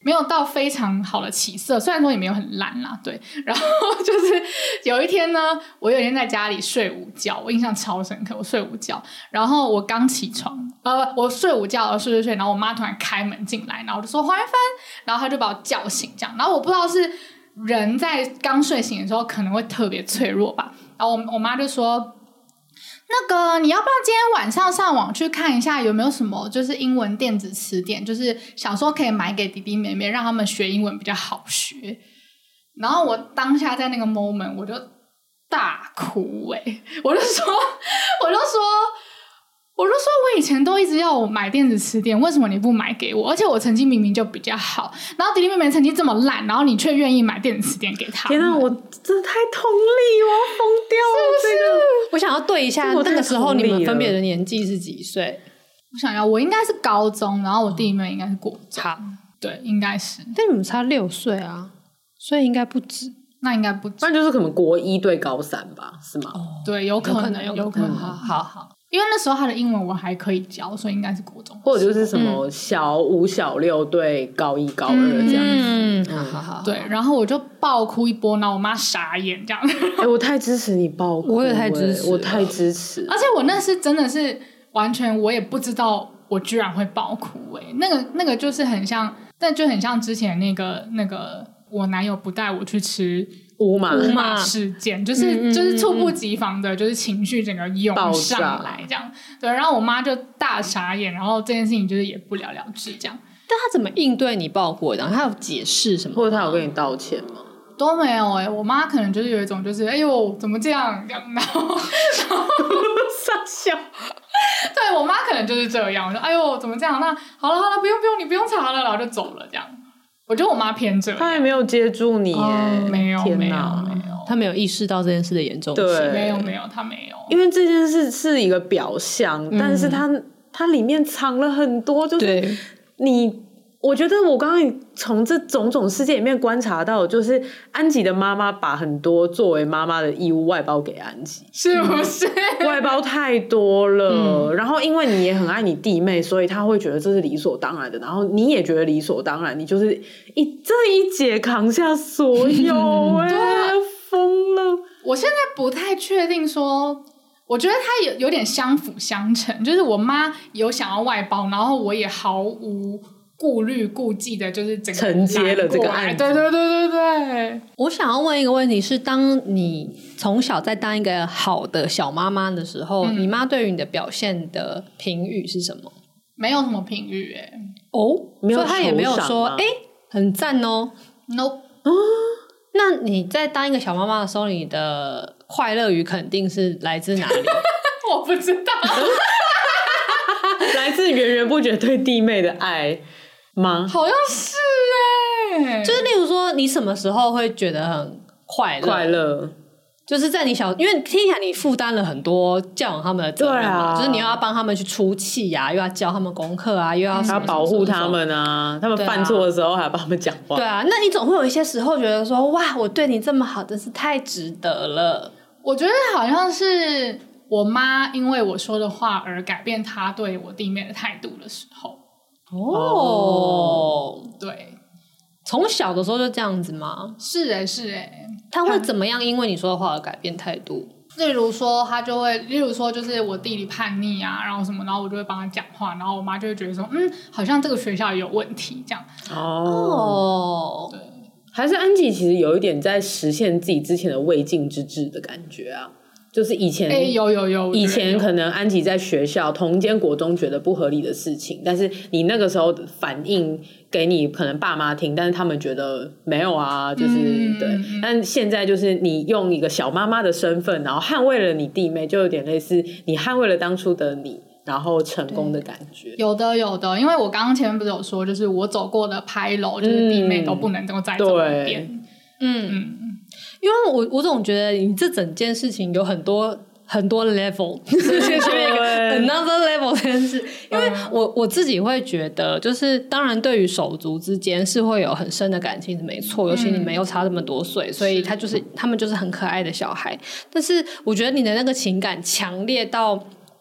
没有到非常好的起色，虽然说也没有很烂啦，对。然后就是有一天呢，我有一天在家里睡午觉，我印象超深刻，我睡午觉，然后我刚起床，呃，我睡午觉，睡睡睡，然后我妈突然开门进来，然后我就说黄一帆，然后她就把我叫醒，这样。然后我不知道是人在刚睡醒的时候可能会特别脆弱吧，然后我我妈就说。那个，你要不要今天晚上上网去看一下有没有什么就是英文电子词典，就是小时候可以买给弟弟妹妹，让他们学英文比较好学。然后我当下在那个 moment 我就大哭哎、欸，我就说，我就说，我就说我以前都一直要我买电子词典，为什么你不买给我？而且我成绩明明就比较好，然后弟弟妹妹成绩这么烂，然后你却愿意买电子词典给他们。 天啊，我真的太同理，我要疯掉了！ 是不是？ 这个我想要对一下，那个时候你们分别的年纪是几岁？ 我想要，我应该是高中，然后我弟弟妹妹应该是国中。好，对，应该是。 但你们差六岁啊，所以应该不止。 那应该不止， 那就是可能国一对高三吧，是吗？ 哦、对，有可能，有可能。 好好好。 因为那时候他的英文我还可以教，所以应该是国中， 或者就是什么小五、小六对高一、高二这样子。 嗯，好好好。 对，然后我就爆哭一波，然后我妈傻眼这样。 哎、欸，我太支持你爆哭， 我也太支持， 我太支持。 而且我那是真的是完全我也不知道我居然会爆哭哎、欸，那个那个就是很像，但就很像之前那个那个我男友不带我去吃。 乌马乌马事件就是、嗯嗯、就是猝不及防的，就是情绪整个涌上来这样，对，然后我妈就大傻眼，然后这件事情就是也不了了之这样。 但她怎么应对你爆哭的？她有解释什么？ 或者她有跟你道歉吗？ 都没有哎、欸，我妈可能就是有一种就是哎呦怎么这样这样，然后然后傻笑。对我妈可能就是这样，我说哎呦怎么这样？那好了好了，不用不用，你不用查了，然后就走了这样。我觉得我妈偏这样， 她也没有接住你耶、 哦，没有没有没有， 她没有意识到这件事的严重性， 对， 没有没有，她没有， 因为这件事是一个表象，嗯、但是它它里面藏了很多，就是你。我觉得我刚刚从这种种事件里面观察到，就是安吉的妈妈把很多作为妈妈的义务外包给安吉， 是不是？ 嗯、外包太多了、嗯，然后因为你也很爱你弟妹，所以他会觉得这是理所当然的，然后你也觉得理所当然，你就是一这一姐扛下所有、欸，哎，疯了！ 我现在不太确定说。我觉得他有有点相辅相成，就是我妈有想要外包，然后我也毫无顾虑顾忌的，就是整个承接了这个案子。 对对对对对。 我想要问一个问题是：当你从小在当一个好的小妈妈的时候，嗯、你妈对于你的表现的评语是什么？ 没有什么评语哎、欸。 哦，没有，所以她也没有说哎、欸、很赞哦。 Nope。 哦，那你在当一个小妈妈的时候，你的快乐与肯定是来自哪里？ 我不知道， 来自源源不绝对弟妹的爱吗？ 好像是哎、欸， 就是例如说，你什么时候会觉得很快乐？ 快乐就是在你小，因为听起来你负担了很多教养他们的责任嘛，啊、就是你又要帮他们去出气呀、啊，又要教他们功课啊，又要还要保护他们啊，他们犯错的时候还要帮他们讲话。 对啊，那你总会有一些时候觉得说，哇，我对你这么好，真是太值得了。 我觉得好像是我妈因为我说的话而改变她对我弟妹的态度的时候。 哦， 对， 从小的时候就这样子吗？ 是哎、欸，是哎、欸。 他会怎么样因为你说的话而改变态度？ 例如说他就会例如说就是我弟弟叛逆啊，然后什么，然后我就会帮他讲话，然后我妈就会觉得说嗯好像这个学校也有问题这样。 哦，对，还是安吉其实有一点在实现自己之前的未尽之志的感觉啊，就是以前、 欸、有有有以前可能安吉在学校同间国中觉得不合理的事情，但是你那个时候反应给你可能爸妈听，但是他们觉得没有啊，就是、嗯、对。但现在就是你用一个小妈妈的身份，然后捍卫了你弟妹，就有点类似你捍卫了当初的你，然后成功的感觉。 有的有的，因为我刚刚前面不是有说，就是我走过的拍楼，就是弟妹都不能够再走一遍。 嗯嗯，因为我我总觉得你这整件事情有很多。很多 level 是前面一个 another level 这件事，因为我我自己会觉得，就是当然对于手足之间是会有很深的感情是没错，尤其你们又差这么多岁，所以他就是他们就是很可爱的小孩，但是我觉得你的那个情感强烈到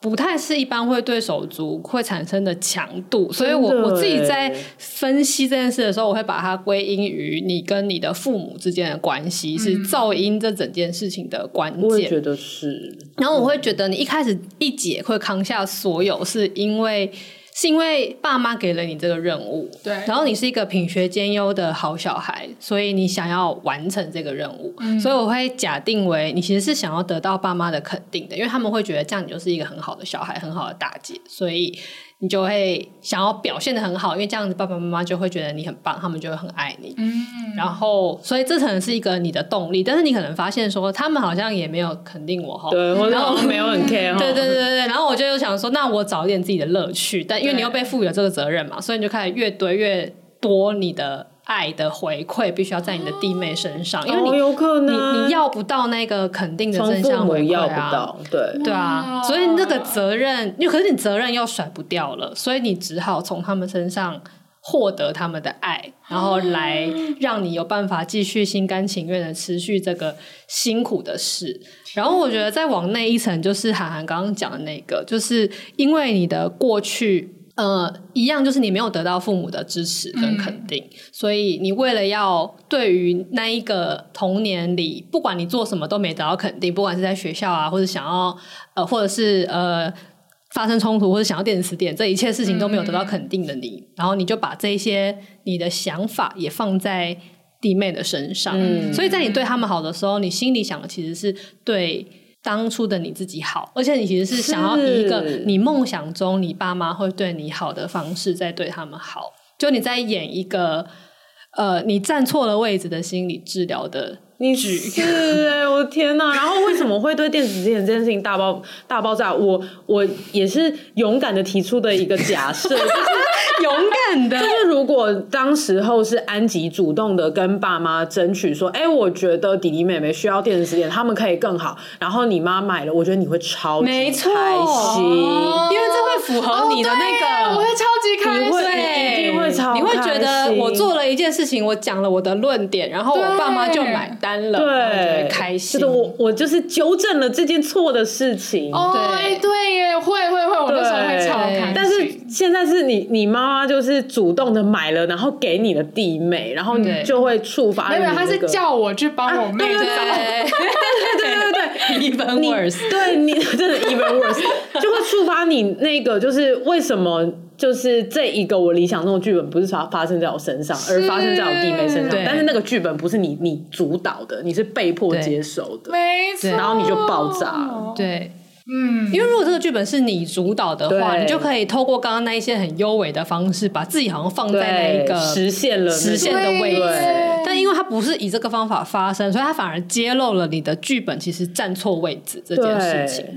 不太是一般会对手足会产生的强度，所以我我自己在分析这件事的时候，我会把它归因于你跟你的父母之间的关系、嗯、是噪音这整件事情的关键。 我也觉得是。 然后我会觉得你一开始一解会扛下所有，是因为是因为爸妈给了你这个任务， 对， 然后你是一个品学兼优的好小孩，所以你想要完成这个任务、嗯、所以我会假定为你其实是想要得到爸妈的肯定的，因为他们会觉得这样你就是一个很好的小孩，很好的大姐，所以你就会想要表现得很好，因为这样子爸爸妈妈就会觉得你很棒，他们就会很爱你、嗯、然后所以这可能是一个你的动力，但是你可能发现说他们好像也没有肯定我， 对，或者没有很 care 对对对对，然后我就想说那我找一点自己的乐趣，但因为你又被赋予了这个责任嘛，所以你就开始越堆越多你的爱的回馈必须要在你的弟妹身上，因为你、 哦、有可能你你要不到那个肯定的正向回馈啊， 要不到，对对啊，所以那个责任，因为可是你责任又甩不掉了，所以你只好从他们身上获得他们的爱，然后来让你有办法继续心甘情愿的持续这个辛苦的事。然后我觉得再往内一层，就是涵涵刚刚讲的那个，就是因为你的过去呃，一样就是你没有得到父母的支持跟肯定、嗯、所以你为了要对于那一个童年里不管你做什么都没得到肯定，不管是在学校啊，或者想要呃，或者是呃发生冲突或者想要电子词典，这一切事情都没有得到肯定的你、嗯、然后你就把这一些你的想法也放在弟妹的身上、嗯、所以在你对他们好的时候，你心里想的其实是对当初的你自己好，而且你其实是想要以一个你梦想中你爸妈会对你好的方式在对他们好，就你在演一个呃你站错了位置的心理治疗的你是哎、欸，我的天哪！然后为什么会对电子词典这件事情大爆大爆炸？我我也是勇敢的提出的一个假设，就是勇敢的， 就是如果当时候是安吉主动的跟爸妈争取说，哎、欸，我觉得弟弟妹妹需要电子词典，他们可以更好，然后你妈买了，我觉得你会超级开心， 因为这会符合你的那个， 哦、我会超级开心， 你会你一定会超开心， 你会觉得我做了一件事情，我讲了我的论点，然后我爸妈就买单。对，开心。 就是我，我就是纠正了这件错的事情。 哦，对对耶，会会会，我那时候会超开心。 但是现在是你，你妈妈就是主动的买了，然后给你的弟妹，然后你就会触发、那個。 没有，他是叫我去帮我妹找。 对对对对对 ，even worse。 对你真的 even worse， 就会触发你那个，就是为什么？就是这一个我理想中的剧本不是发生在我身上，而发生在我弟妹身上，但是那个剧本不是你你主导的，你是被迫接受的， 没错， 然后你就爆炸了。 对，嗯，因为如果这个剧本是你主导的话，你就可以透过刚刚那一些很优美的方式，把自己好像放在那一个实现了实现的位置。但因为它不是以这个方法发生，所以它反而揭露了你的剧本其实站错位置这件事情。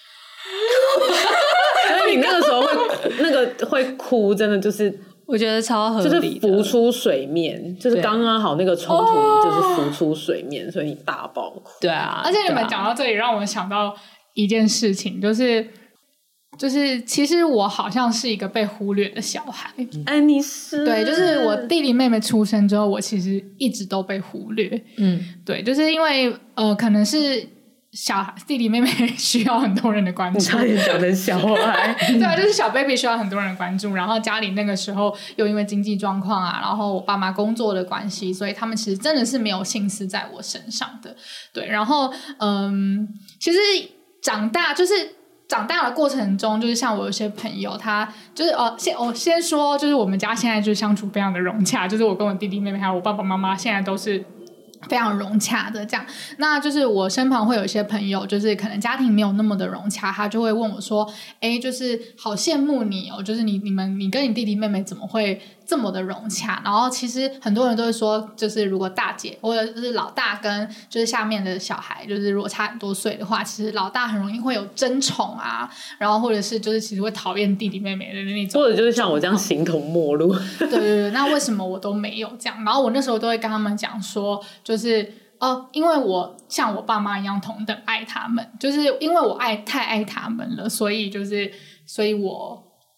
所以你那个时候会那个会哭，真的就是我觉得超合理的， 就是浮出水面，就是刚刚好那个冲突就是浮出水面，所以你大爆哭。 对啊， 而且你们讲到这里，让我想到一件事情，就是就是其实我好像是一个被忽略的小孩。 哎，你是？ 对，就是我弟弟妹妹出生之后，我其实一直都被忽略。嗯，对，就是因为呃，可能是。小弟弟妹妹需要很多人的关注， 差点讲成小孩。 对啊，就是小 baby 需要很多人的关注，然后家里那个时候又因为经济状况啊，然后我爸妈工作的关系，所以他们其实真的是没有心思在我身上的。对，然后嗯，其实长大就是长大的过程中，就是像我有些朋友，他就是呃，先我先说，就是我们家现在就是相处非常的融洽，就是我跟我弟弟妹妹还有我爸爸妈妈现在都是。非常融洽的这样，那就是我身旁会有一些朋友，就是可能家庭没有那么的融洽，他就会问我说：“哎，就是好羡慕你哦，就是你你们你跟你弟弟妹妹怎么会这么的融洽？”然后其实很多人都会说，就是如果大姐或者就是老大跟就是下面的小孩，就是如果差很多岁的话，其实老大很容易会有争宠啊，然后或者是就是其实会讨厌弟弟妹妹的那种， 或者就是像我这样形同陌路。 对对对，那为什么我都没有这样？然后我那时候都会跟他们讲说，就。就是哦，因为我像我爸妈一样同等爱他们，就是因为我爱太爱他们了，所以就是所以我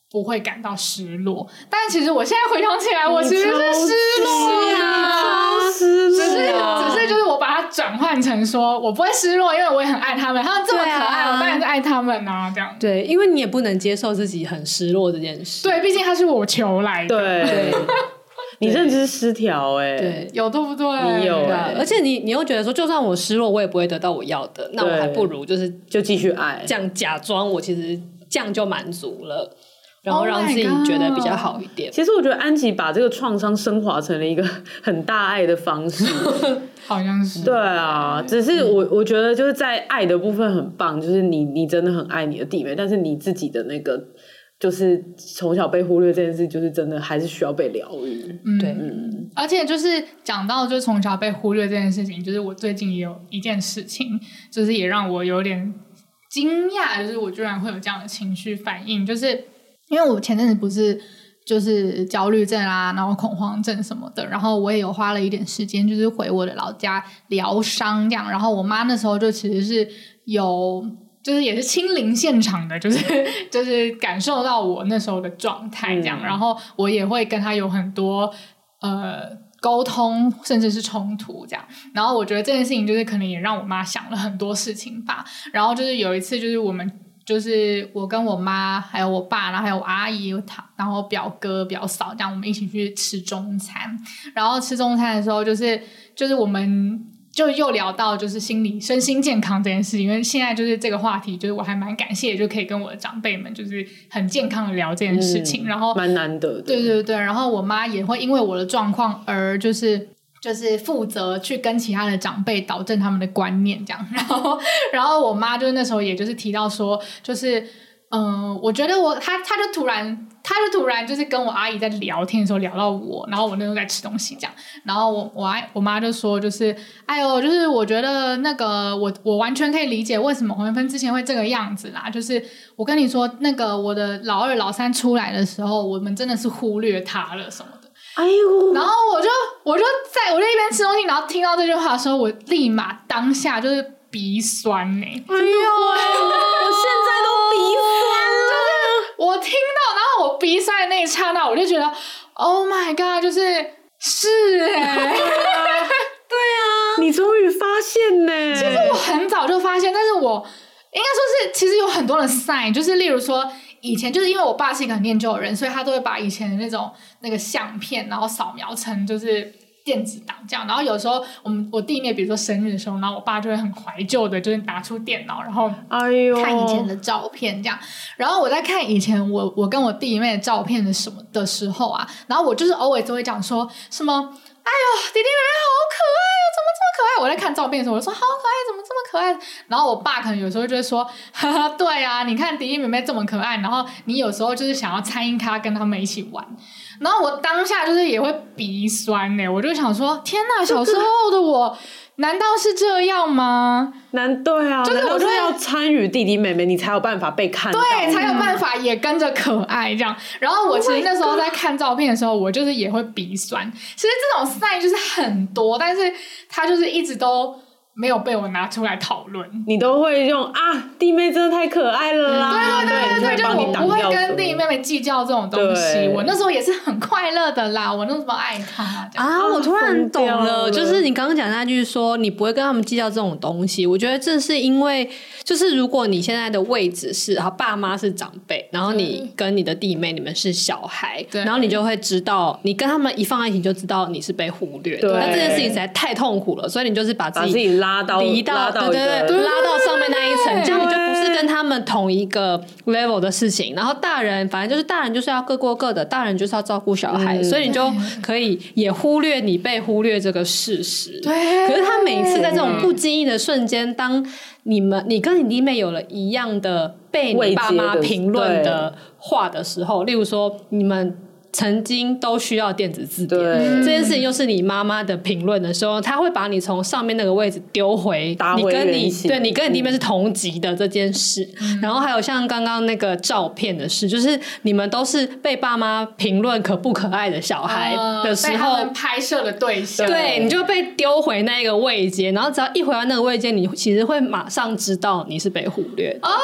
不会感到失落。但其实我现在回想起来，我其实是失落啊， 失落， 只是只是就是我把它转换成说我不会失落，因为我也很爱他们，他们这么可爱，啊、我当然是爱他们啊，这样。 对，因为你也不能接受自己很失落这件事。 对，毕竟他是我求来的。 对。你认知失调哎， 对， 有对不对？ 你有哎、 欸，而且你你又觉得说，就算我失落，我也不会得到我要的，那我还不如就是就继续爱， 这样假装我其实这样就满足了，然后让自己觉得比较好一点。 Oh、其实我觉得安琪把这个创伤升华成了一个很大爱的方式， 好像是。 对啊，只是我我觉得就是在爱的部分很棒，就是你你真的很爱你的弟妹，但是你自己的那个。就是从小被忽略这件事，就是真的还是需要被疗愈。 嗯， 对， 嗯，而且就是讲到就从小被忽略这件事情，就是我最近也有一件事情，就是也让我有点惊讶，就是我居然会有这样的情绪反应，就是因为我前阵子不是就是焦虑症啊，然后恐慌症什么的，然后我也有花了一点时间，就是回我的老家疗伤这样，然后我妈那时候就其实是有。就是也是亲临现场的，就是就是感受到我那时候的状态这样、嗯，然后我也会跟他有很多呃沟通，甚至是冲突这样。然后我觉得这件事情就是可能也让我妈想了很多事情吧。然后就是有一次，就是我们就是我跟我妈还有我爸，然后还有我阿姨，然后表哥表嫂这样，我们一起去吃中餐。然后吃中餐的时候，就是就是我们。就又聊到就是心理身心健康这件事情，因为现在就是这个话题，就是我还蛮感谢，就可以跟我的长辈们就是很健康的聊这件事情，嗯、然后蛮难得的。 对对对，然后我妈也会因为我的状况而就是就是负责去跟其他的长辈导正他们的观念这样，然后然后我妈就是那时候也就是提到说，就是嗯、呃，我觉得我她她就突然。他就突然就是跟我阿姨在聊天的时候聊到我，然后我那时候在吃东西这样，然后我我阿我妈就说就是哎呦，就是我觉得那个我我完全可以理解为什么黄元芬之前会这个样子啦，就是我跟你说那个我的老二老三出来的时候，我们真的是忽略他了什么的。 哎呦， 然后我就我就在我就一边吃东西，然后听到这句话的时候，我立马当下就是鼻酸呢、欸。哎呦，我现在都鼻酸了。 我听到，然后我鼻塞的那一刹那，我就觉得 ，Oh my god， 就是是哎、欸，对啊， 你终于发现呢、欸。 其实我很早就发现，但是我应该说是，其实有很多的 sign， 就是例如说，以前就是因为我爸是一个很念旧的人，所以他都会把以前的那种那个相片，然后扫描成就是电子档这样，然后有时候我们我弟妹比如说生日的时候，然后我爸就会很怀旧的，就是拿出电脑，然后看以前的照片这样。然后我在看以前我我跟我弟妹的照片的什么的时候啊，然后我就是偶尔都会讲说什么，哎呦，弟弟妹妹好可爱哦，怎么这么可爱？我在看照片的时候，我就说好可爱，怎么这么可爱？然后我爸可能有时候就会说，哈哈，对啊，你看弟弟妹妹这么可爱，然后你有时候就是想要参与他跟他们一起玩。然后我当下就是也会鼻酸呢、欸，我就想说，天哪，小时候的我难道是这样吗？ 难对啊，就是我就要参与弟弟妹妹，你才有办法被看到， 对，才有办法也跟着可爱这样。然后我其实那时候在看照片的时候， oh、我就是也会鼻酸。其实这种 sign 就是很多，但是他就是一直都没有被我拿出来讨论。 你都会用啊，弟妹真的太可爱了啦！ 嗯、对对对对对，就是我不会跟弟弟妹妹计较这种东西。我那时候也是很快乐的啦，我那时候爱他啊。我突然懂了，就是你刚刚讲那句说你不会跟他们计较这种东西，我觉得这是因为，就是如果你现在的位置是，然后爸妈是长辈，然后你跟你的弟妹你们是小孩，然后你就会知道，你跟他们一放在一起就知道你是被忽略的。那这件事情实在太痛苦了，所以你就是把自己把自己拉到离到拉到对对对拉到上面那一层，这样你就不是跟他们同一个 level 的事情。然后大人反正就是大人就是要各过各的，大人就是要照顾小孩，嗯、所以你就可以也忽略你被忽略这个事实。 对， 可是他每次在这种不经意的瞬间，当你们你跟你弟妹有了一样的被你爸妈评论的话的时候，例如说你们曾经都需要电子字典，这件事情又是你妈妈的评论的时候，他会把你从上面那个位置丢回打回你跟你对你跟你弟妹是同级的这件事、嗯、然后还有像刚刚那个照片的事，就是你们都是被爸妈评论可不可爱的小孩的时候、呃、被他们拍摄的对象， 对，你就被丢回那个位阶，然后只要一回到那个位阶，你其实会马上知道你是被忽略的哦，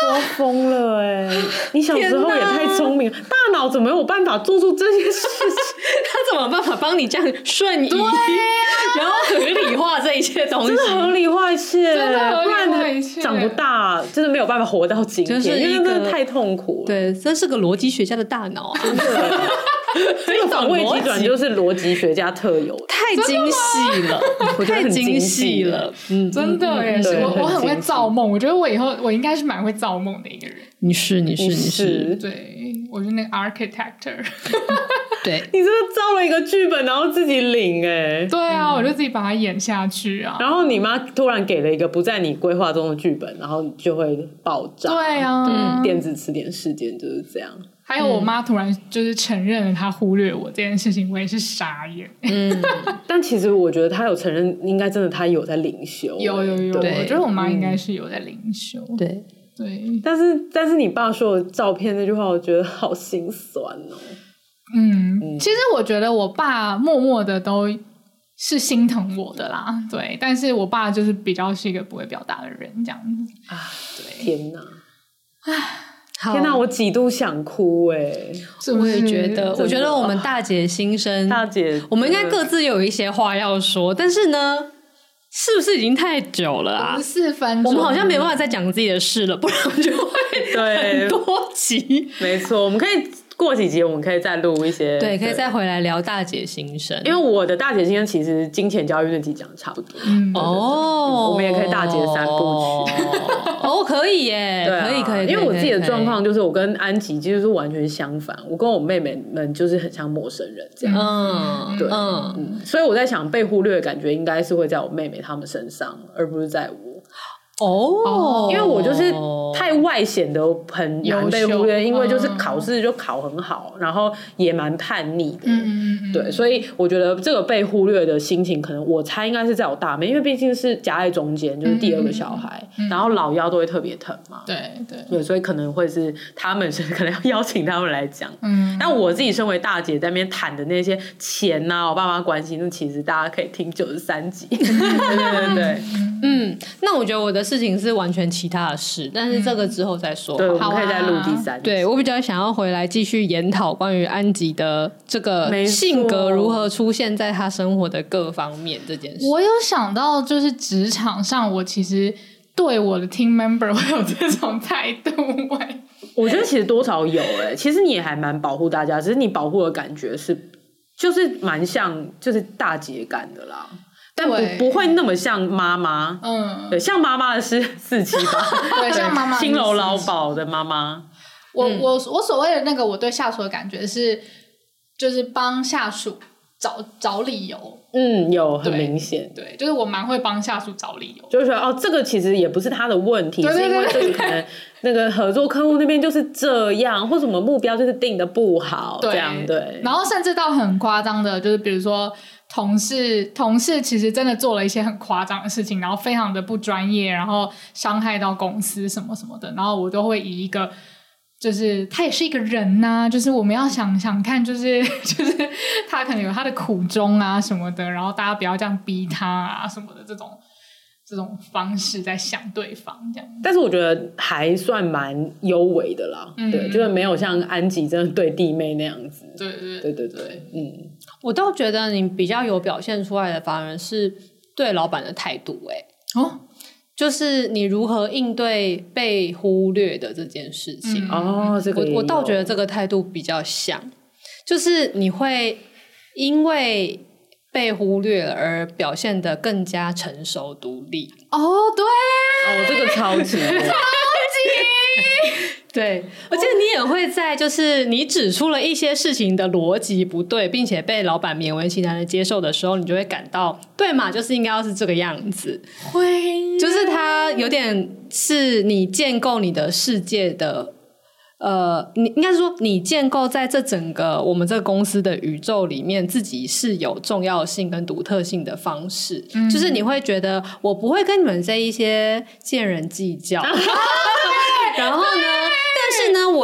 我要疯了哎、欸！你小时候也太聪明，大脑怎么有办法做出这件事情？ 他怎么办法帮你这样瞬移，啊、然后合理化这一切东西？ 真的合理化一切， 真的合理化一切， 不然长不大，真的没有办法活到今天， 就是因为真的太痛苦了。 对，真是个逻辑学家的大脑啊！真的。 这个反胃急转就是逻辑学家特有的， 太精细了，太精细了， 嗯，真的耶！我我很会造梦，我觉得我以后我应该是蛮会造梦的一个人。 你是你是你是， 对，我是那个 architecture。 对， 你真的造了一个剧本，然后自己领哎。 对啊，我就自己把它演下去啊。 然后你妈突然给了一个不在你规划中的剧本，然后你就会爆炸。 对啊， 电子词典事件就是这样。 还有我妈突然就是承认了她忽略我这件事情，我也是傻眼。 嗯，但其实我觉得她有承认，应该真的她有在灵修。 有有有，我觉得我妈应该是有在灵修。 嗯、对对， 但是但是你爸说的照片那句话，我觉得好心酸哦。 嗯，嗯其实我觉得我爸默默的都是心疼我的啦，对，但是我爸就是比较是一个不会表达的人，这样子啊，对，天哪， 唉， 天哪，我几度想哭哎、欸！ 我也觉得，我觉得我们大姐心声， 大姐， 我们应该各自有一些话要说，但是呢，是不是已经太久了啊？ 四分钟， 我们好像没办法再讲自己的事了，不然就会对很多集。 没错，我们可以。过几集我们可以再录一些， 对，可以再回来聊大姐心声。 因为我的大姐心声其实金钱教育那集讲的差不多， 嗯，哦， 我们也可以大姐三部曲， 哦，可以耶， 对、啊， 可以可以。 因为我自己的状况就是，我跟安吉其实是完全相反，我跟我妹妹们就是很像陌生人这样，嗯，对，嗯嗯，所以我在想，被忽略的感觉应该是会在我妹妹她们身上，而不是在我。 哦， 因为我就是太外显的很难被忽略，因为就是考试就考很好，然后也蛮叛逆的，嗯嗯对，所以我觉得这个被忽略的心情，可能我猜应该是在我大妹，因为毕竟是夹在中间，就是第二个小孩，嗯、然后老幺都会特别疼嘛， 对对对，所以可能会是他们是可能要邀请他们来讲，嗯，但我自己身为大姐在那边谈的那些钱啊，我爸妈关系，那其实大家可以听九十三集，对对对对， 嗯，那我觉得我的事情是完全其他的事，但是这个之后再说。 对，我们可以再录第三集。 对，我比较想要回来继续研讨关于安吉的这个性格如何出现在他生活的各方面这件事。 我有想到，就是职场上，我其实对我的 team member 会有这种态度、欸。 我觉得其实多少有哎、欸，其实你也还蛮保护大家，只是你保护的感觉是，就是蛮像就是大姐感的啦。但不不会那么像妈妈，嗯，对，像妈妈的是四七八， 对，像妈妈青楼老鸨的妈妈。 我、嗯、我我所谓的那个我对下属的感觉是，就是帮下属找找理由， 嗯，有很明显， 对，就是我蛮会帮下属找理由， 就是说哦，这个其实也不是他的问题，对对对对，是因为这个可能那个合作客户那边就是这样，或者什么目标就是定的不好， 对这样对， 然后甚至到很夸张的，就是比如说。同事同事其实真的做了一些很夸张的事情，然后非常的不专业，然后伤害到公司什么什么的，然后我都会以一个就是他也是一个人呐、啊，就是我们要想想看，就是就是他可能有他的苦衷啊什么的，然后大家不要这样逼他啊什么的这种这种方式在想对方这样。 但是我觉得还算蛮优微的啦，嗯、对，就是没有像安吉真的对弟妹那样子。 对对对对对，嗯。 我倒觉得你比较有表现出来的，反而是对老板的态度、欸。哎，哦，就是你如何应对被忽略的这件事情。 嗯、哦，这个我我倒觉得这个态度比较像，就是你会因为被忽略了而表现得更加成熟独立。 哦，对， 哦，这个超级超级。 对，而且你也会在就是你指出了一些事情的逻辑不对，并且被老板勉为其难的接受的时候，你就会感到对嘛，就是应该要是这个样子。 会， 就是它有点是你建构你的世界的，呃，你应该是说你建构在这整个我们这个公司的宇宙里面，自己是有重要性跟独特性的方式。嗯、就是你会觉得我不会跟你们这一些见人计较。然后呢？但是呢，我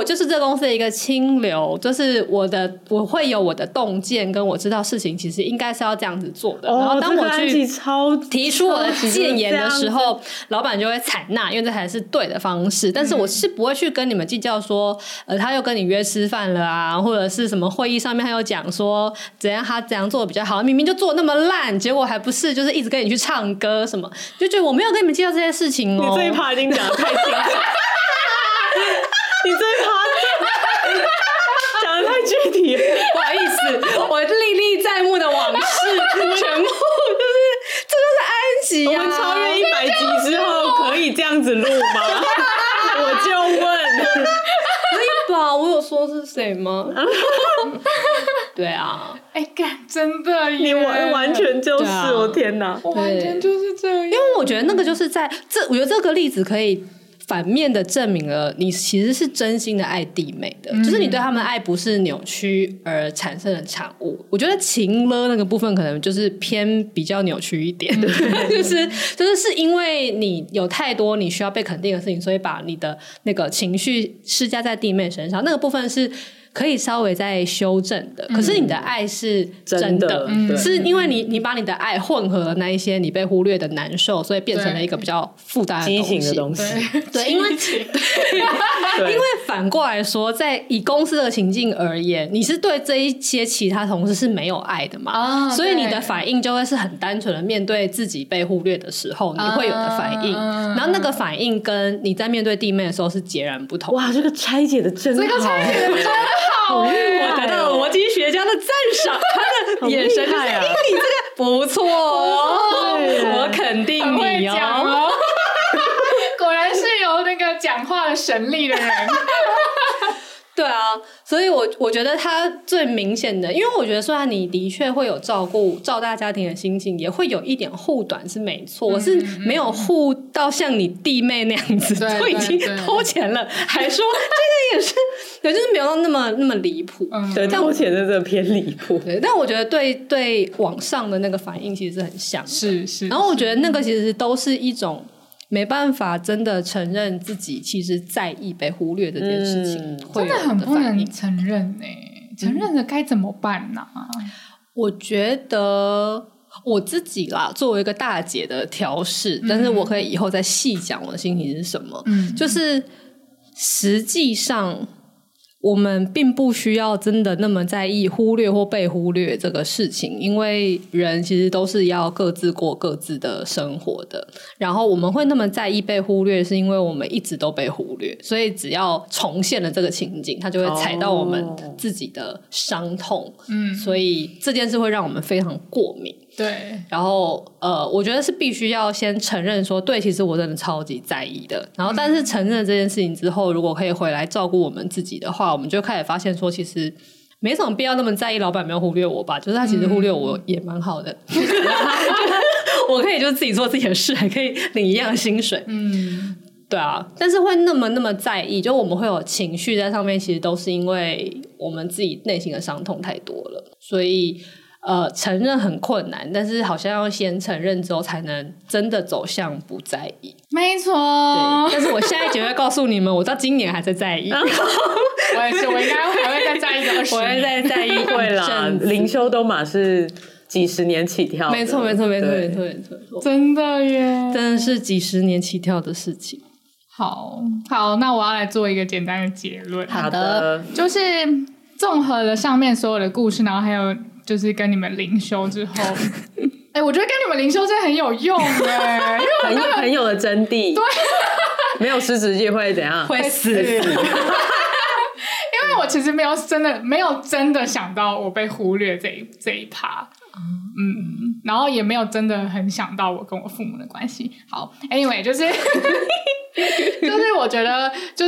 我就是这公司的一个清流，就是我的我会有我的洞见，跟我知道事情其实应该是要这样子做的。 哦、 然后当我去提出我的建言的时候，老板就会采纳，因为这才是对的方式。但是我是不会去跟你们计较说，呃，他又跟你约吃饭了啊，或者是什么会议上面他又讲说怎样他怎样做的比较好，明明就做那么烂，结果还不是就是一直跟你去唱歌什么，就觉得我没有跟你们计较这些事情哦。 你这一趴已经讲得太清楚。你这一趴讲得太具体了， 不好意思，我历历在目的往事全部就是这就是安琪、啊、 我们超越一百集之后可以这样子录吗？我就问， 可以吧？我有说是谁吗？对啊， 哎、欸，干，真的耶， 你完完全就是，啊、我天哪， 我完全就是这样。因为我觉得那个就是在这，我觉得这个例子可以反面的证明了你其实是真心的爱弟妹的、嗯、就是你对他们的爱不是扭曲而产生的产物。我觉得情勒那个部分可能就是偏比较扭曲一点、嗯、就是就是是因为你有太多你需要被肯定的事情，所以把你的那个情绪施加在弟妹身上，那个部分是可以稍微再修正的、嗯、可是你的爱是真的, 真的是因为你你把你的爱混合了那一些你被忽略的难受，所以变成了一个比较负担的东西， 畸形的东西。 对, 对因为对因为反过来说，在以公司的情境而言，你是对这一些其他同事是没有爱的嘛、哦、所以你的反应就会是很单纯的面对自己被忽略的时候你会有的反应、嗯、然后那个反应跟你在面对弟妹的时候是截然不同。 哇，这个拆解的真好， 这个拆解的真好， 我得到了逻辑学家的赞赏，他的眼神就是、啊、你这个不错哦，我肯定你哦。 果然是有那个讲话的神力的人。 对啊，所以我我觉得他最明显的，因为我觉得虽然你的确会有照顾照大家庭的心情，也会有一点护短是没错、嗯、我是没有护到像你弟妹那样子都已经偷钱了还说这个也是对，就是没有到那么那么离谱、 嗯、对，偷钱真的偏离谱。 对，但我觉得对对往上的那个反应其实是很像的， 是是， 然后我觉得那个其实都是一种没办法真的承认自己其实在意被忽略这件事情、嗯、会有的反应，真的很不能承认耶、欸、承认了该怎么办呢、啊嗯？ 我觉得我自己啦，作为一个大姐的调试、嗯、但是我可以以后再细讲我的心情是什么、嗯、就是实际上我们并不需要真的那么在意忽略或被忽略这个事情，因为人其实都是要各自过各自的生活的，然后我们会那么在意被忽略是因为我们一直都被忽略，所以只要重现了这个情景，它就会踩到我们自己的伤痛、嗯，所以这件事会让我们非常过敏。 对， 然后呃，我觉得是必须要先承认说，对，其实我真的超级在意的。然后，但是承认了这件事情之后，如果可以回来照顾我们自己的话，我们就开始发现说，其实没什么必要那么在意老板没有忽略我吧。就是他其实忽略我也蛮好的，嗯、我可以就自己做自己的事，还可以领一样的薪水。嗯，对啊。但是会那么那么在意，就我们会有情绪在上面，其实都是因为我们自己内心的伤痛太多了，所以。呃，承认很困难，但是好像要先承认之后才能真的走向不在意。 没错， 对。但是我下一集会告诉你们，我到今年还在在意。 我也是，我应该还会再在意的。 我会再在意会啦，灵修都嘛是几十年起跳的。 没错，没错，没错，没错，没错， 真的耶， 真的是几十年起跳的事情。 好好，那我要来做一个简单的结论。 好的， 就是综合了上面所有的故事，然后还有。就是跟你们灵修之后，哎、欸，我觉得跟你们灵修真的很有用哎、欸， 很很有的真谛。 对， 没有失职业会怎样？ 会死。因为我其实没有真的没有真的想到我被忽略这一这一趴，嗯，然后也没有真的很想到我跟我父母的关系。好 ，anyway， 就是就是我觉得就是。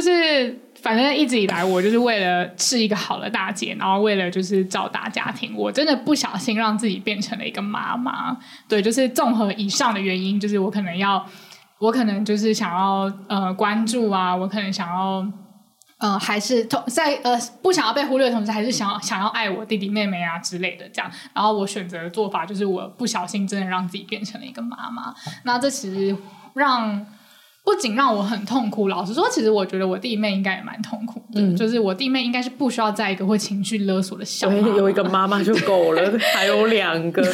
反正一直以来我就是为了是一个好的大姐，然后为了就是照大家庭，我真的不小心让自己变成了一个妈妈。对，就是综合以上的原因，就是我可能要我可能就是想要呃关注啊，我可能想要呃还是在呃不想要被忽略的同时，还是想要想要爱我弟弟妹妹啊之类的这样。然后我选择的做法就是我不小心真的让自己变成了一个妈妈。那这其实让不仅让我很痛苦，老实说其实我觉得我弟妹应该也蛮痛苦的、嗯、就是我弟妹应该是不需要在一个会情绪勒索的小妈妈， 有一个妈妈就够了还有两个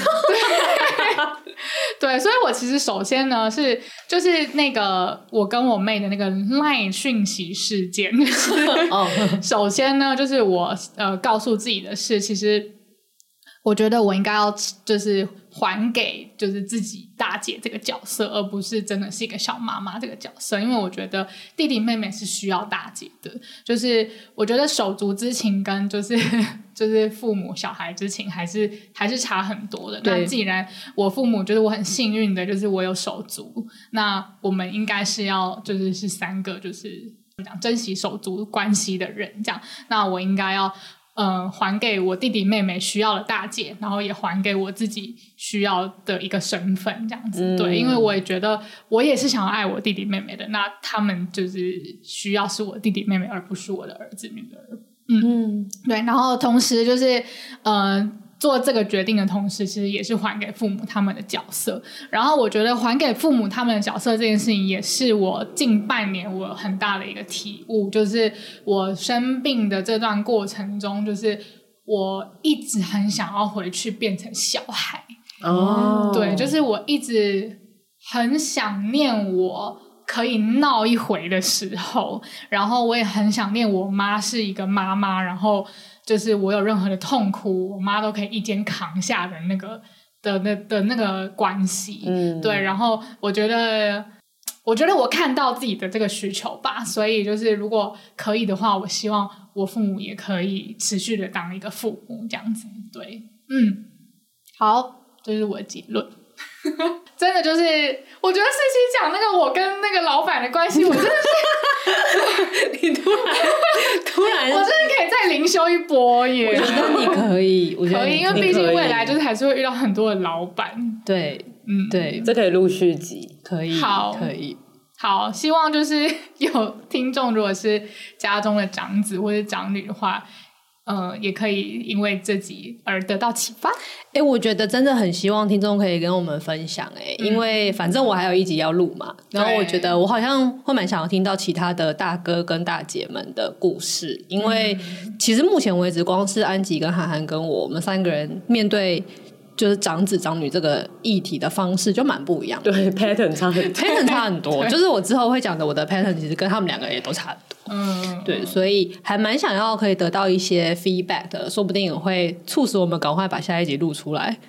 对，所以我其实首先呢是就是那个我跟我妹的那个 LINE 讯息事件首先呢就是我呃告诉自己的是，其实我觉得我应该要就是还给就是自己大姐这个角色，而不是真的是一个小妈妈这个角色，因为我觉得弟弟妹妹是需要大姐的，就是我觉得手足之情跟就是就是父母小孩之情还是还是差很多的。那既然我父母觉得我很幸运的就是我有手足，那我们应该是要就是是三个就是怎么讲珍惜手足关系的人这样，那我应该要嗯，还给我弟弟妹妹需要的大姐，然后也还给我自己需要的一个身份这样子、嗯、对，因为我也觉得我也是想要爱我弟弟妹妹的，那他们就是需要是我弟弟妹妹而不是我的儿子女儿。嗯, 嗯对，然后同时就是呃做这个决定的同时，其实也是还给父母他们的角色，然后我觉得还给父母他们的角色这件事情也是我近半年我很大的一个体悟，就是我生病的这段过程中，就是我一直很想要回去变成小孩哦，对，就是我一直很想念我可以闹一回的时候，然后我也很想念我妈是一个妈妈，然后就是我有任何的痛苦我妈都可以一肩扛下的那个的那的那个关系、嗯、对，然后我觉得我觉得我看到自己的这个需求吧，所以就是如果可以的话，我希望我父母也可以持续的当一个父母这样子。对，嗯，好，这是我的结论真的就是我觉得四七讲那个我跟那个老板的关系，我真的是你突然突然我真的可以再灵修一波耶。 我觉得你可以，我觉得可以，因为毕竟未来就是还是会遇到很多的老板。 对，嗯，对， 这可以录续集， 可以， 好， 可以。 好，希望就是有听众如果是家中的长子或者长女的话，呃，也可以因为这集而得到启发。 哎、欸，我觉得真的很希望听众可以跟我们分享、欸，哎、嗯，因为反正我还有一集要录嘛，然后我觉得我好像会蛮想要听到其他的大哥跟大姐们的故事，因为其实目前为止，光是安吉跟涵涵跟我，我们三个人面对就是长子长女这个议题的方式就蛮不一样的， 对 pattern 差很多 pattern 差很多，就是我之后会讲的我的 pattern 其实跟他们两个也都差很多，嗯，对，所以还蛮想要可以得到一些 feedback 的，说不定也会促使我们赶快把下一集录出来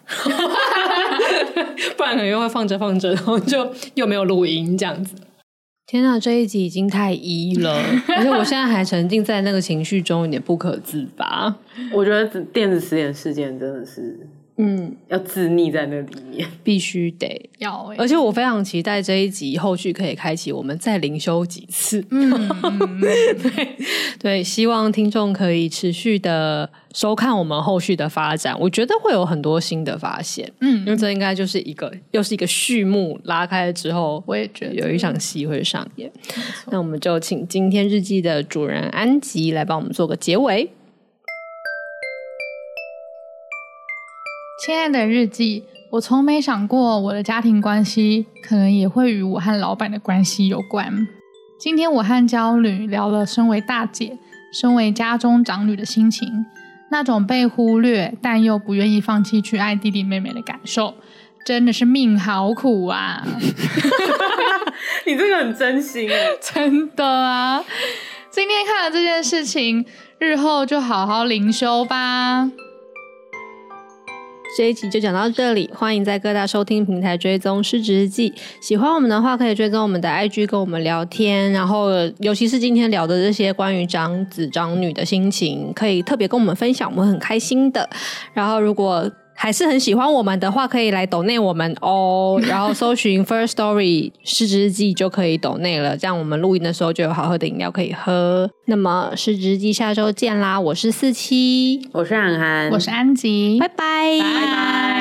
不然可能又会放着放着然后就又没有录音这样子。天啊，这一集已经太一了而且我现在还沉浸在那个情绪中有点不可自拔。 我觉得电子词典事件真的是嗯，要自溺在那里面， 必须得要、欸。 而且我非常期待这一集后续可以开启我们再灵修几次。 嗯，嗯对对，希望听众可以持续的收看我们后续的发展，我觉得会有很多新的发现。嗯，因为这应该就是一个又是一个序幕拉开了之后， 我也觉得有一场戏会上演。那我们就请今天日记的主人安吉来帮我们做个结尾。 亲爱的日记，我从没想过我的家庭关系可能也会与我和老板的关系有关。今天我和娇女聊了身为大姐、身为家中长女的心情，那种被忽略但又不愿意放弃去爱弟弟妹妹的感受，真的是命好苦啊你这个很真心耶真的啊。今天看了这件事情，日后就好好灵修吧。 这一集就讲到这里，欢迎在各大收听平台追踪失职日记，喜欢我们的话可以追踪我们的 I G 跟我们聊天，然后尤其是今天聊的这些关于长子长女的心情可以特别跟我们分享，我们很开心的。然后如果还是很喜欢我们的话，可以来抖内我们哦，然后搜寻 First Story 失职日记就可以抖内了，这样我们录音的时候就有好喝的饮料可以喝。那么失职日记下周见啦，我是四七， 我是涵涵， 我是安吉， 拜拜， 拜拜。